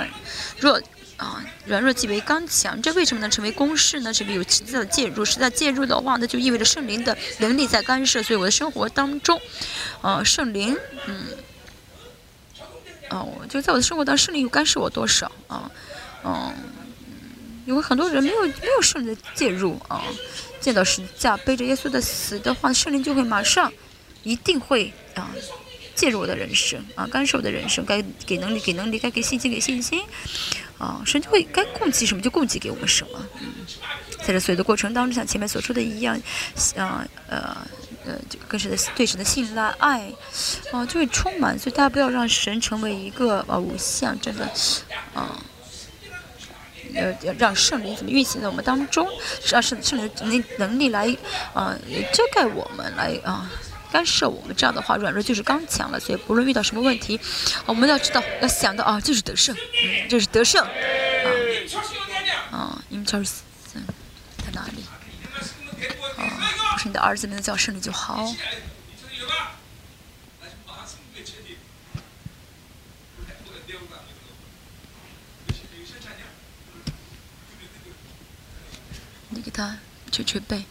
软弱即为刚强，这为什么能成为公式呢？这里有实在的介入，实在介入的话那就意味着圣灵的能力在干涉，所以我的生活当中圣灵就在我的生活当中圣灵有干涉我多少因为很多人没有圣灵的介入见到十字架背着耶稣的死的话，圣灵就会马上一定会介入我的人生干涉我的人生，该给能力，该给信心神就会该供给什么就供给给我们什么在这所有的过程当中，像前面所说的一样跟对神的信赖爱就会充满，所以大家不要让神成为一个偶像，真的让圣灵怎么运行在我们当中，让圣灵的能力来遮盖我们，来干涉我们，这样的话软弱就是刚强了。所以不论遇到什么问题我们要知道要想到这是得胜这是得胜你们乔治斯在哪里不是你的儿子名字叫圣灵就好你给他捶背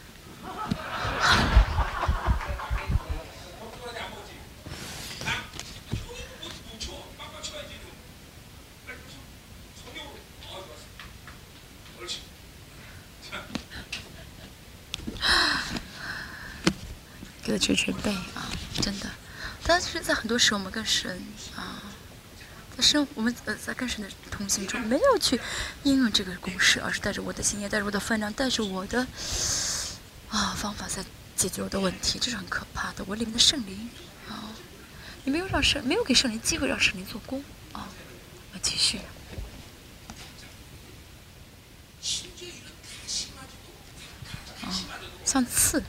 给他捶背真的。但是在很多时候我们跟神我们在跟神的同行中没有去应用这个公式，而是带着我的经验，带着我的分量，带着我的方法在解决我的问题，这是很可怕的。我里面的圣灵你没有给圣灵机会让圣灵做工我继续像刺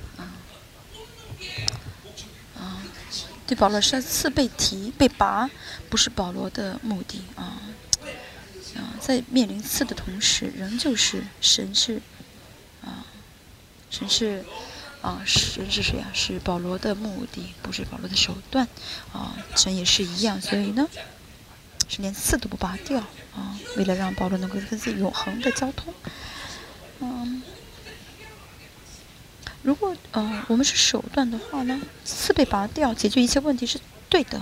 对保罗是刺被拔，不是保罗的目的在面临刺的同时，仍旧是神是谁是保罗的目的，不是保罗的手段神也是一样，所以呢是连刺都不拔掉为了让保罗能够跟自己永恒的交通如果我们是手段的话呢，刺被拔掉，解决一切问题是对的。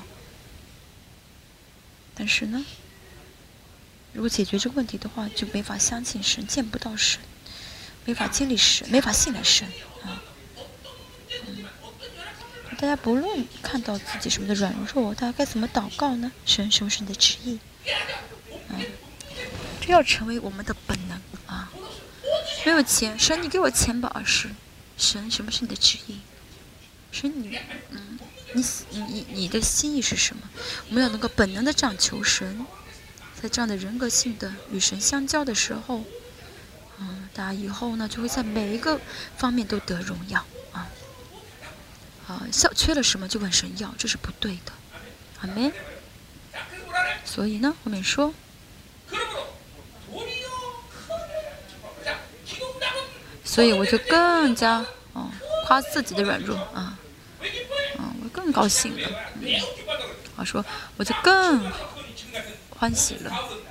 但是呢，如果解决这个问题的话，就没法相信神，见不到神，没法经历神，没法信赖神大家不论看到自己什么的软弱，大家该怎么祷告呢？神，什么是你的旨意？这要成为我们的本能没有钱，神，你给我钱吧，是。神，什么是你的旨意？神，你的心意是什么？我们要能够本能的这样求神，在这样的人格性的与神相交的时候，大家以后呢就会在每一个方面都得荣耀缺了什么就问神要，这是不对的。阿门。所以呢，后面说，所以我就更加夸自己的软弱我更高兴了。说我就更欢喜了。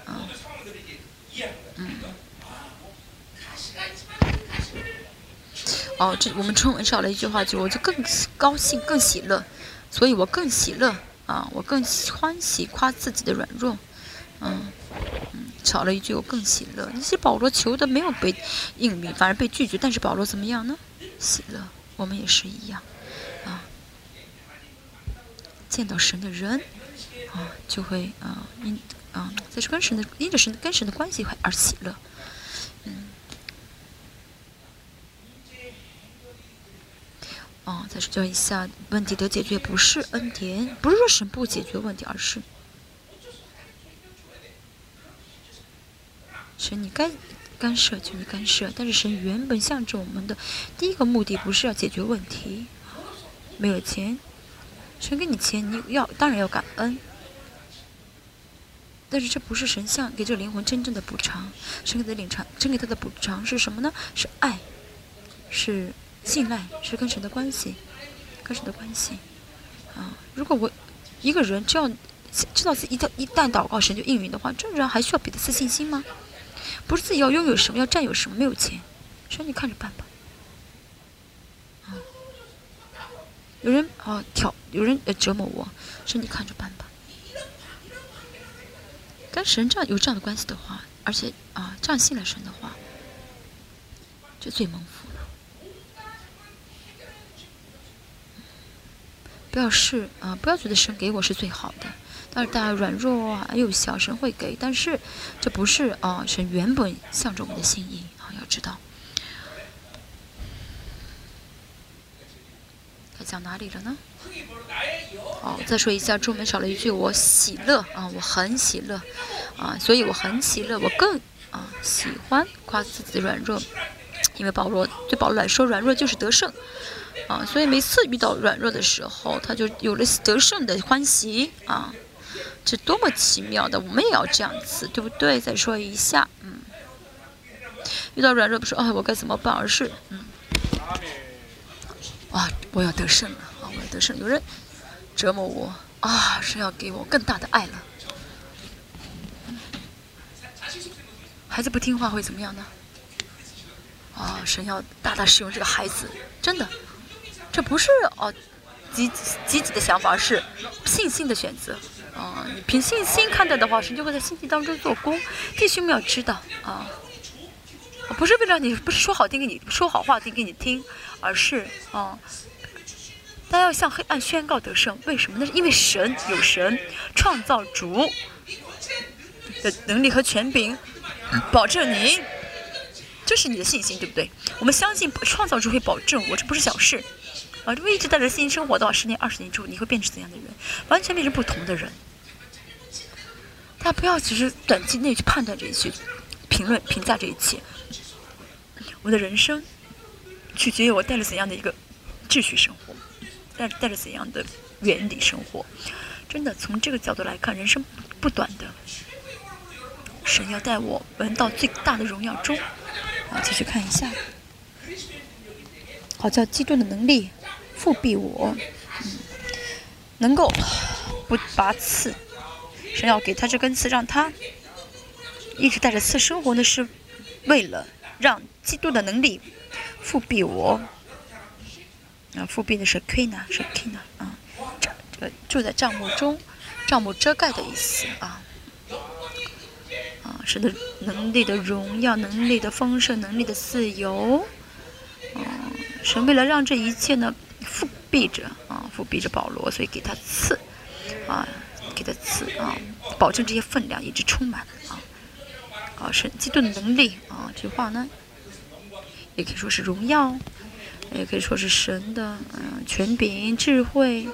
这我们中文少了一句话，就我就更高兴、更喜乐，所以我更喜乐我更欢喜夸自己的软弱。少了一句我更喜乐。那些保罗求的没有被应允，反而被拒绝，但是保罗怎么样呢？喜乐。我们也是一样见到神的人就会在因着跟神的关系而喜乐。再说一下，问题得解决不是恩典，不是说神不解决问题，而是神你该干涉就你干涉。但是神原本向着我们的第一个目的不是要解决问题。没有钱，神给你钱，你当然要感恩。但是这不是神给这灵魂真正的补偿。神给他的补偿是什么呢？是爱，是信赖，是跟神的关系，如果我一个人只要知道自己一旦祷告神就应允的话，这人还需要彼此信心吗？不是自己要拥有什么，要占有什么，没有钱，神你看着办吧。有人有人折磨我，神你看着办吧。跟神有这样的关系的话，而且这样信赖神的话，就最蒙福了。不要觉得神给我是最好的，但是大家软弱又小，神会给，但是这不是神原本向着我们的心意要知道。该讲哪里了呢？再说一下，中文少了一句，我喜乐我很喜乐所以我很喜乐，我更喜欢夸自己的软弱，因为对保罗来说，软弱就是得胜所以每次遇到软弱的时候，他就有了得胜的欢喜这多么奇妙的！我们也要这样子，对不对？再说一下，遇到软弱不是我该怎么办，而是我要得胜了我要得胜。有人折磨我是要给我更大的爱了。孩子不听话会怎么样呢？神要大大使用这个孩子，真的，这不是积极的想法，是信心的选择你凭信心看待的话，神就会在信心当中做工。弟兄们要知道不是为了你，不是说好话听给你听，而是大家要向黑暗宣告得胜。为什么？那是因为有神创造主的能力和权柄保证你，这是你的信心，对不对？我们相信创造主会保证我，这不是小事如果一直带着信心生活的话，10年、20年之后，你会变成怎样的人？完全变成不同的人。大家不要只是短期内去判断这一切，评价这一切。我的人生取决于我带着怎样的一个秩序生活，带着怎样的原理生活。真的，从这个角度来看，人生不短的。神要带我们到最大的荣耀中。继续看一下，好叫基督的能力复庇我，能够不拔刺。神要给他这根刺，让他一直带着刺生活呢，是为了让基督的能力复庇我。复庇的是 Kina， 是 Kina 住在帐幕中，帐幕遮盖的意思神的能力的荣耀，能力的丰盛，能力的自由。神为了让这一切呢复庇着保罗，所以给他赐保证这些分量一直充满神基督的能力这话呢，也可以说是荣耀，也可以说是神的权柄、智慧。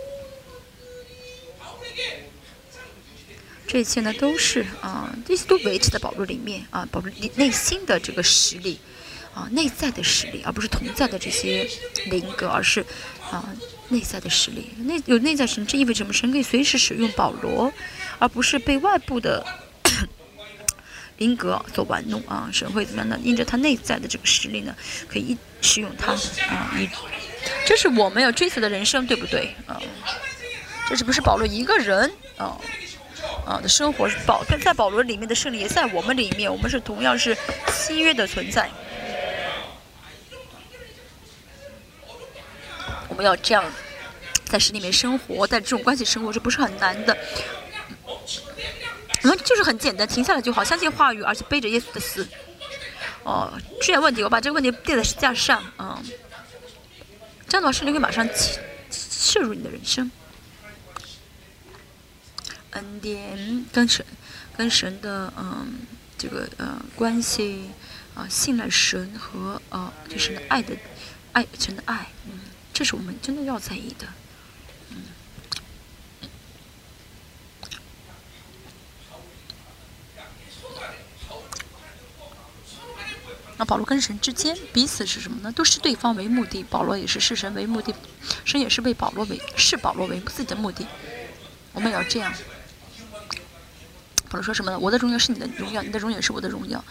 这一切呢都是这些都维持在保罗里面保罗内心的这个实力内在的实力，而不是同在的这些灵格，而是内在的实力。有内在实力，这意味着什么？神可以随时使用保罗，而不是被外部的灵格所玩弄啊。神会怎么样呢？因着他内在的这个实力呢，可以使用他这是我们要追求的人生，对不对这是不是保罗一个人的生活？在保罗里面的胜利也在我们里面，我们是同样是新约的存在。我们要这样在神里面生活，在这种关系生活，这不是很难的。我们就是很简单，停下来就好，相信话语，而且背着耶稣的死。出现问题，我把这个问题垫在十字架上这样的话，圣灵会马上摄入你的人生。恩典跟神的这个关系信赖神和对神的神的爱，这是我们真的要在意的。那保罗跟神之间彼此是什么呢？都是对方为目的，保罗也是视神为目的，神也是被保罗为自己的目的。我们也要这样。保罗说什么呢？我的荣耀是你的荣耀，你的荣耀是我的荣耀。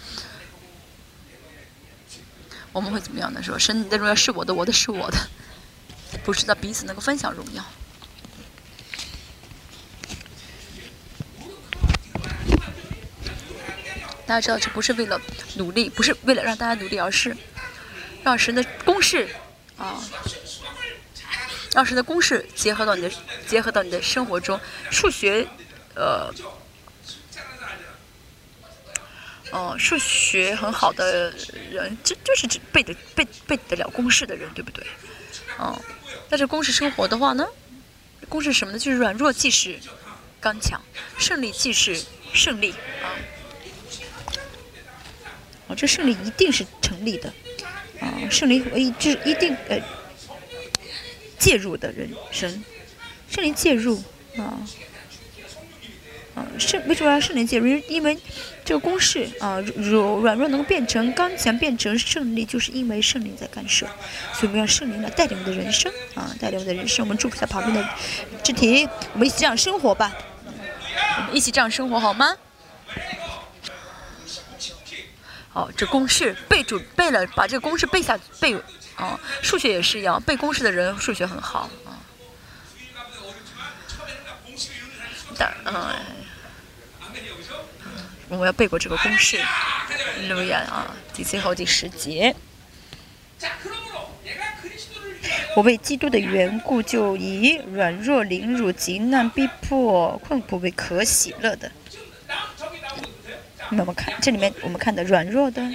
我们会怎么样呢？说神，你的荣耀是我的，我的是我的，不是的，彼此能够分享荣耀。大家知道，这不是为了努力，不是为了让大家努力，而是让神的公式让神的公式结合到你的生活中。数学数学很好的人，这就是只背得了公式的人，对不对？但是公式生活的话呢，公式什么呢？就是软弱即是刚强，胜利即是胜利这胜利一定是成立的胜利就是一定介入的人生，圣灵介入为什么要圣灵介入？因为这个公式软弱能够变成刚强，变成胜利，就是因为圣灵在干涉。所以我们要圣灵来带领我们的人生带领我们的人生。我们祝福在旁边的肢体，我们一起这样生活吧。我们一起这样生活好吗？这公式背了，把这个公式背数学也是一样，背公式的人数学很好我们要背过这个公式。路亚最后第10节。我为基督的缘故，就以软弱、凌辱、急难、逼迫、困苦为可喜乐的。我们看这里面，我们看的软弱的，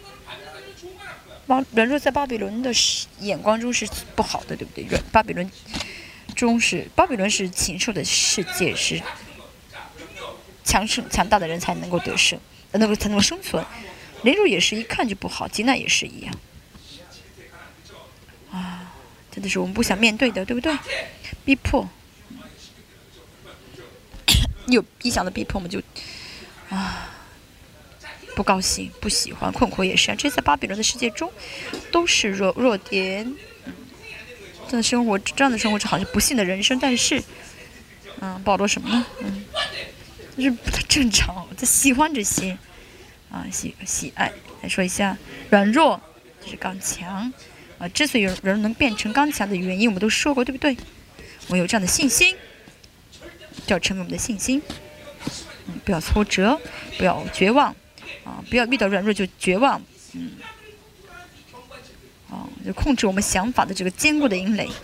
软弱在巴比伦的眼光中是不好的，对不对？巴比伦是禽兽的世界，是强大的人才能够得胜，才能够生存。凌辱也是一看就不好，急难也是一样真的是我们不想面对的，对不对？逼迫，有一想到逼迫，我们就不高兴、不喜欢，困苦也是这在巴比伦的世界中都是弱点。这样的生活好像不幸的人生，但是保罗什么呢？就是不太正常，他喜欢这些喜爱。来说一下软弱就是刚强之所以有人能变成刚强的原因，我们都说过，对不对？我们有这样的信心，就要成为我们的信心。不要挫折，不要绝望不要遇到软弱就绝望就控制我们想法的这个坚固的营垒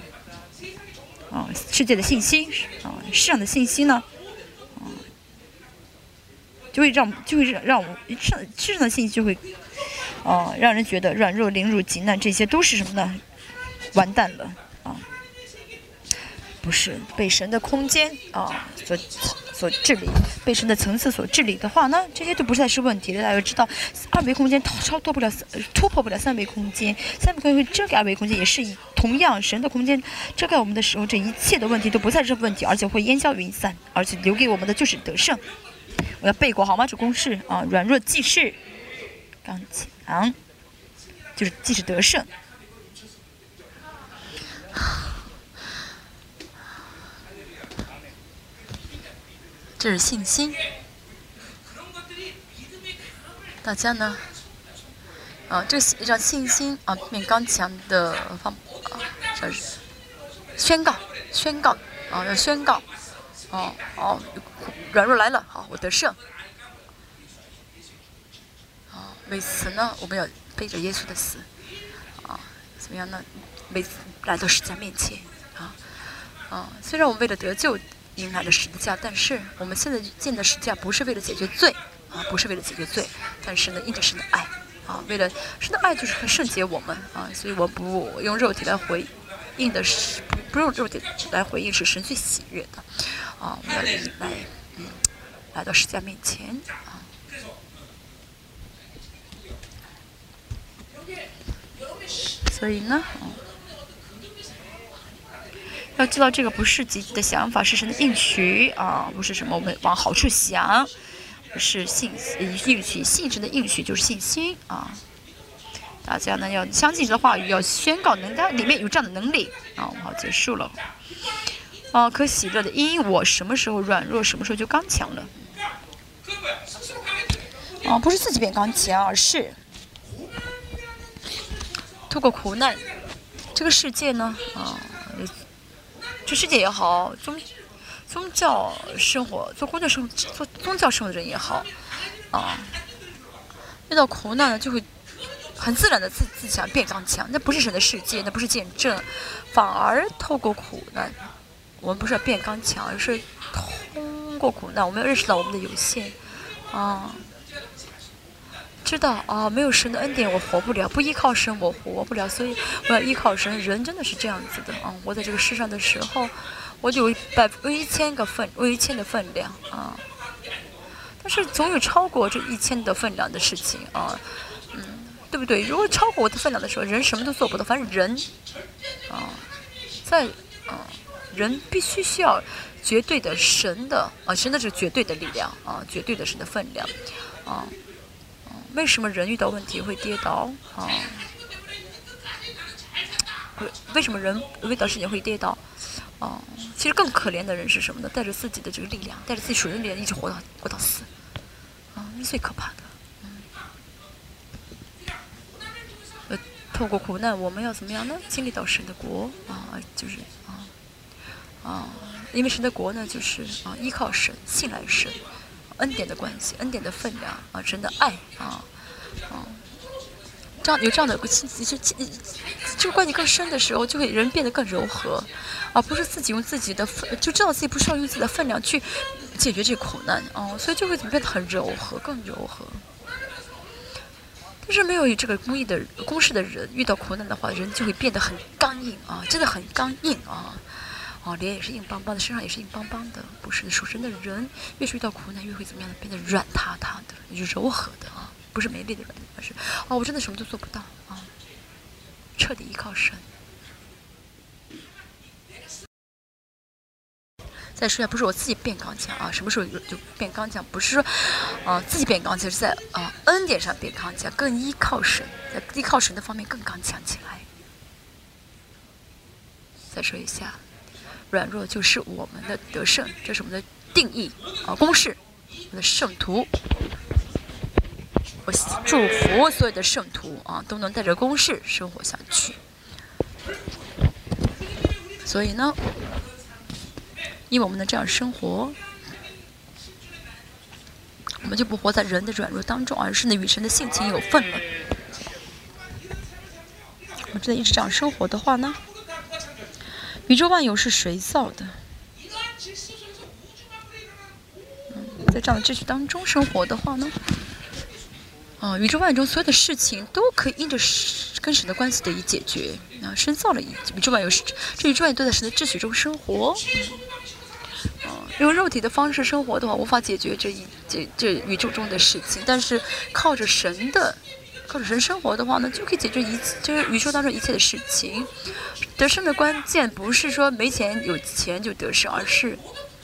世界的信息世上的信息呢就会让我们世上的信息就会让人觉得软弱、凌辱、急难这些都是什么呢？完蛋了不是被神的空间所治理，被神的层次所治理的话呢，这些都不再是问题了。大家要知道，2维空间突破不了3维空间，3维空间会遮盖2维空间，也是同样神的空间遮盖我们的时候，这一切的问题都不再是问题，而且会烟消云散，而且留给我们的就是得胜。我要背过好吗？这公式软弱即是刚强就是即是得胜。这是信心。大家呢，这个让信心变刚强的这是宣告要宣告，软弱来了，好，我得胜。为此呢，我们要背着耶稣的死，怎么样呢？每次来到十字架面前，虽然我们为了得救迎来了十字架，但是我们现在建的十字架不是为了解决罪，不是为了解决罪，但是呢，因着神的爱，为了神的爱就是很圣洁我们，所以我不用肉体来回应的是，不用肉体来回应是神最喜悦的，我们要来到十字架面前，所以呢，要知道这个不是自己的想法，是神的应许不是什么我们往好处想，是应许，信神的应许就是信心大家呢要相信神的话语，要宣告里面有这样的能力我们好结束了。可喜乐的因，我什么时候软弱，什么时候就刚强了。不是自己变刚强，而是透过苦难，这个世界呢，这世界也好，宗教生活、做宗教生活的人也好，遇到苦难呢，就会很自然的自想变刚强。那不是神的世界，那不是见证，反而透过苦难，我们不是要变刚强，而是通过苦难，我们要认识到我们的有限，知道没有神的恩典我活不了，不依靠神我活不了，所以我要依靠神。人真的是这样子的活在这个世上的时候，我就有1000的分量但是总有超过这1000的分量的事情对不对？如果超过我的分量的时候，人什么都做不到。反正人人必须需要绝对的神的神的是绝对的力量绝对的神的分量为什么人遇到问题会跌倒为什么人遇到事情会跌倒其实更可怜的人是什么呢？带着自己的这个力量，带着自己属灵的力量，一直活到死是最可怕的。透过苦难，我们要怎么样呢？经历到神的国就是因为神的国呢，就是依靠神，信赖神，恩典的关系，恩典的分量神的爱有这样的这个关系更深的时候，就会人变得更柔和不是自己用自己的就知道自己不需要用自己的分量去解决这个苦难所以就会怎么变得很柔和，更柔和。但是没有这个公式的人，遇到苦难的话，人就会变得很刚硬真的很刚硬脸也是硬邦邦的，身上也是硬邦邦的。不是属神的人，越是遇到苦难，越会怎么样的？变得软塌塌的，就柔和的不是美丽的软，而是我真的什么都做不到彻底依靠神。再说一下，不是我自己变刚强什么时候就变刚强？不是说自己变刚强，是在恩典上变刚强，更依靠神，在依靠神的方面更刚强起来。再说一下，软弱就是我们的得胜，这是我们的定义公式，我们的圣徒。我祝福所有的圣徒都能带着公式生活下去。所以呢，因为我们能这样生活，我们就不活在人的软弱当中，而是呢与神的性情有份了。我们真的一直这样生活的话呢，宇宙万有是谁造的？在这样的秩序当中生活的话呢，宇宙万有中所有的事情都可以因着跟神的关系得以解决神造了宇宙万有，这宇宙万有都在神的秩序中生活。用肉体的方式生活的话，无法解决这宇宙中的事情。但是靠着神生活的话呢，就可以解决这宇宙当中一切的事情。得胜的关键不是说没钱有钱就得胜，而是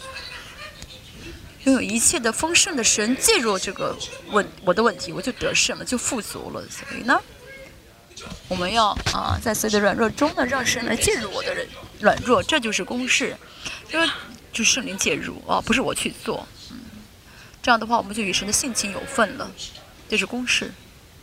拥有一切的丰盛的神介入这个我的问题，我就得胜了，就富足了。所以呢， 我们要在所有的软弱中呢，让神来介入我的软弱，这就是公式，就是圣灵介入不是我去做。这样的话，我们就与神的性情有份了，这是公式。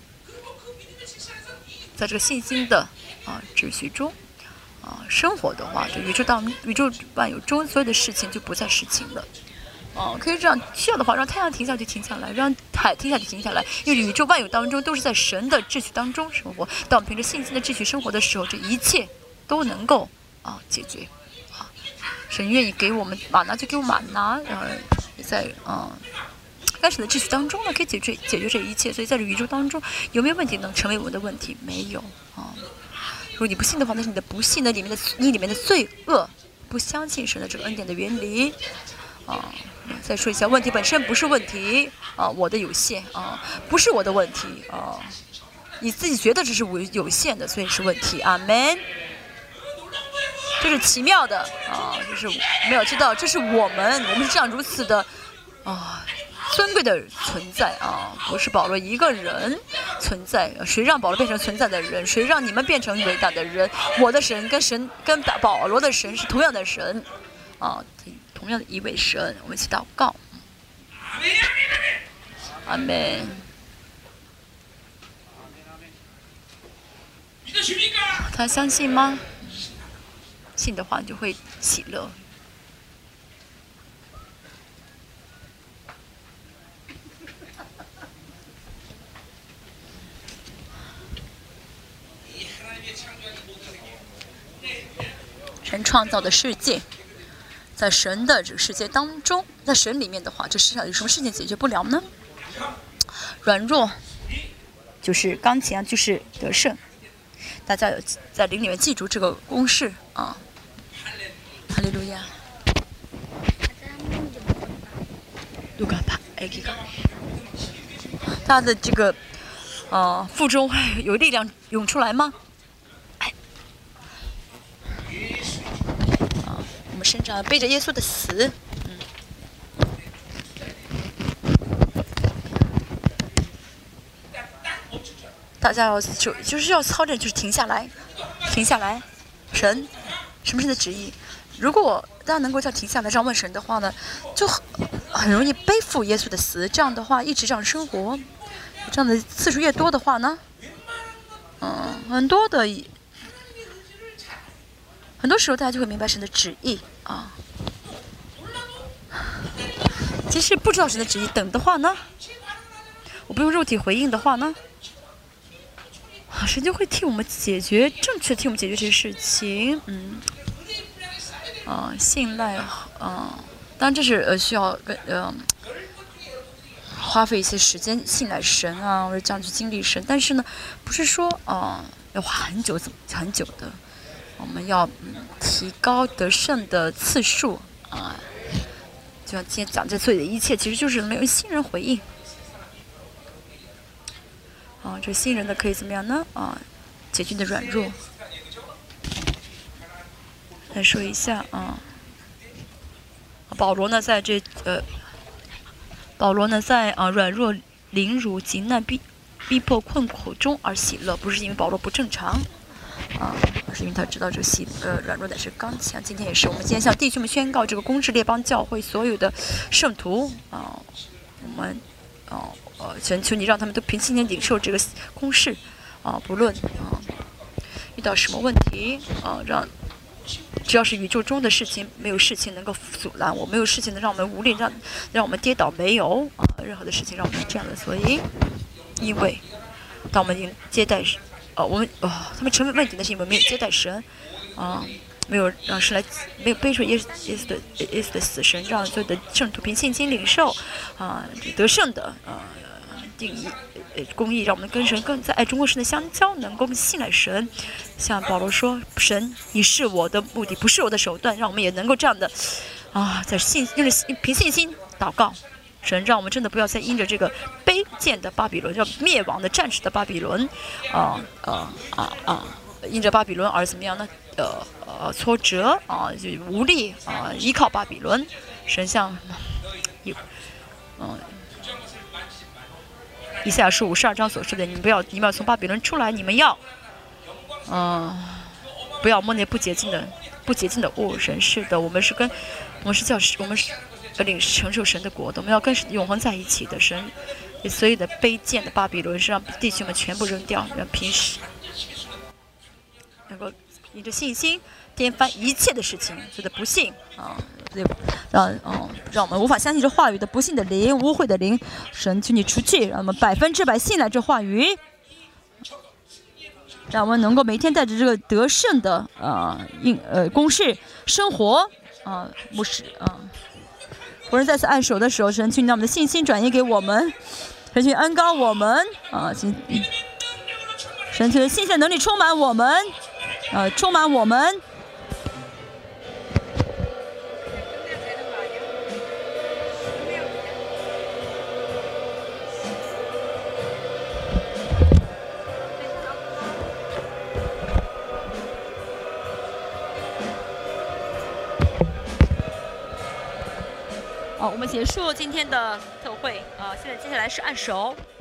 在这个信心的秩序中生活的话，这宇宙万有中所有的事情就不再是情了。可以这样，需要的话让太阳停下就停下来，让海停下就停下来，因为宇宙万有当中都是在神的秩序当中生活。当我们凭着信心的秩序生活的时候，这一切都能够解决。神愿意给我们玛拿就给我玛拿，在该神的秩序当中呢，可以解决这一切。所以在这宇宙当中，有没有问题能成为我们的问题？没有如果你不信的话，那是你的不信的里面的罪恶，不相信神的这个恩典的原理再说一下，问题本身不是问题我的有限不是我的问题你自己觉得这是有限的，所以是问题。阿们。这是奇妙的就是没有知道，这是我们是这样如此的尊贵的存在不是保罗一个人存在。谁让保罗变成存在的人？谁让你们变成伟大的人？我的神跟保罗的神是同样的神同样的一位神。我们一起祷告。阿们。他相信吗？信的话，你就会喜乐。神创造的世界，在神的这个世界当中，在神里面的话，这世上有什么事情解决不了呢？软弱就是刚强，就是得胜。大家有在灵里面记住这个公式哈利路亚。他的这个腹中有力量涌出来吗？我们身上背着耶稣的死，大家就是要操练，就是停下来，神，什么是你的旨意？如果大家能够叫停下来，这样问神的话呢，就很容易背负耶稣的死。这样的话，一直这样生活，这样的次数越多的话呢，很多时候大家就会明白神的旨意其实不知道神的旨意，等的话呢，我不用肉体回应的话呢，神就会替我们正确替我们解决这些事情。信赖当然这是需要花费一些时间信赖神或者这样去经历神，但是呢，不是说要花很久的，我们要提高得胜的次数就像今天讲这所有的一切，其实就是没有信任回应这信任的可以怎么样呢？解决你的软弱。再说一下保罗呢在软弱、凌辱、急难、逼迫、困苦中而喜乐，不是因为保罗不正常而是因为他知道这个软弱乃是刚强。今天也是，我们今天向弟兄们宣告这个公制列邦教会所有的圣徒我们求你让他们都凭信心领受这个公式不论遇到什么问题只要是宇宙中的事情，没有事情能够阻拦我，没有事情能让我们无力，让我们跌倒，没有任何的事情让我们这样的。所以，因为当我们已经接待他们成为问题的是因为没有接待神没有让神来，没有背出耶稣的死，神让所有的圣徒凭信心领受得胜的定义公义，让我们跟神更在爱中国神的相交，能够信赖神。像保罗说：“神，你是我的目的，不是我的手段。”让我们也能够这样的在凭信心祷告。神让我们真的不要再因着这个卑贱的巴比伦，叫灭亡的战士的巴比伦因着巴比伦而怎么样呢？挫折就无力依靠巴比伦。神像以赛亚书52章所说的，你们要从巴比伦出来，你们要不要摸那不洁净的物。神是的，我们是领承受神的国的，我们要跟永恒在一起的。神所有的卑贱的巴比伦是让弟兄们全部扔掉，让平时能够凭着信心颠翻一切的事情，所有的不幸让我们无法相信这话语的不幸的灵、污秽的灵，神求你除去，让我们100%信赖这话语，让我们能够每天带着这个得胜的公式生活牧师仆人再次按手的时候，神求你让我们的信心转移给我们，神求你恩膏我们神求你信心的能力充满我们充满我们。我们结束今天的特会现在接下来是按手。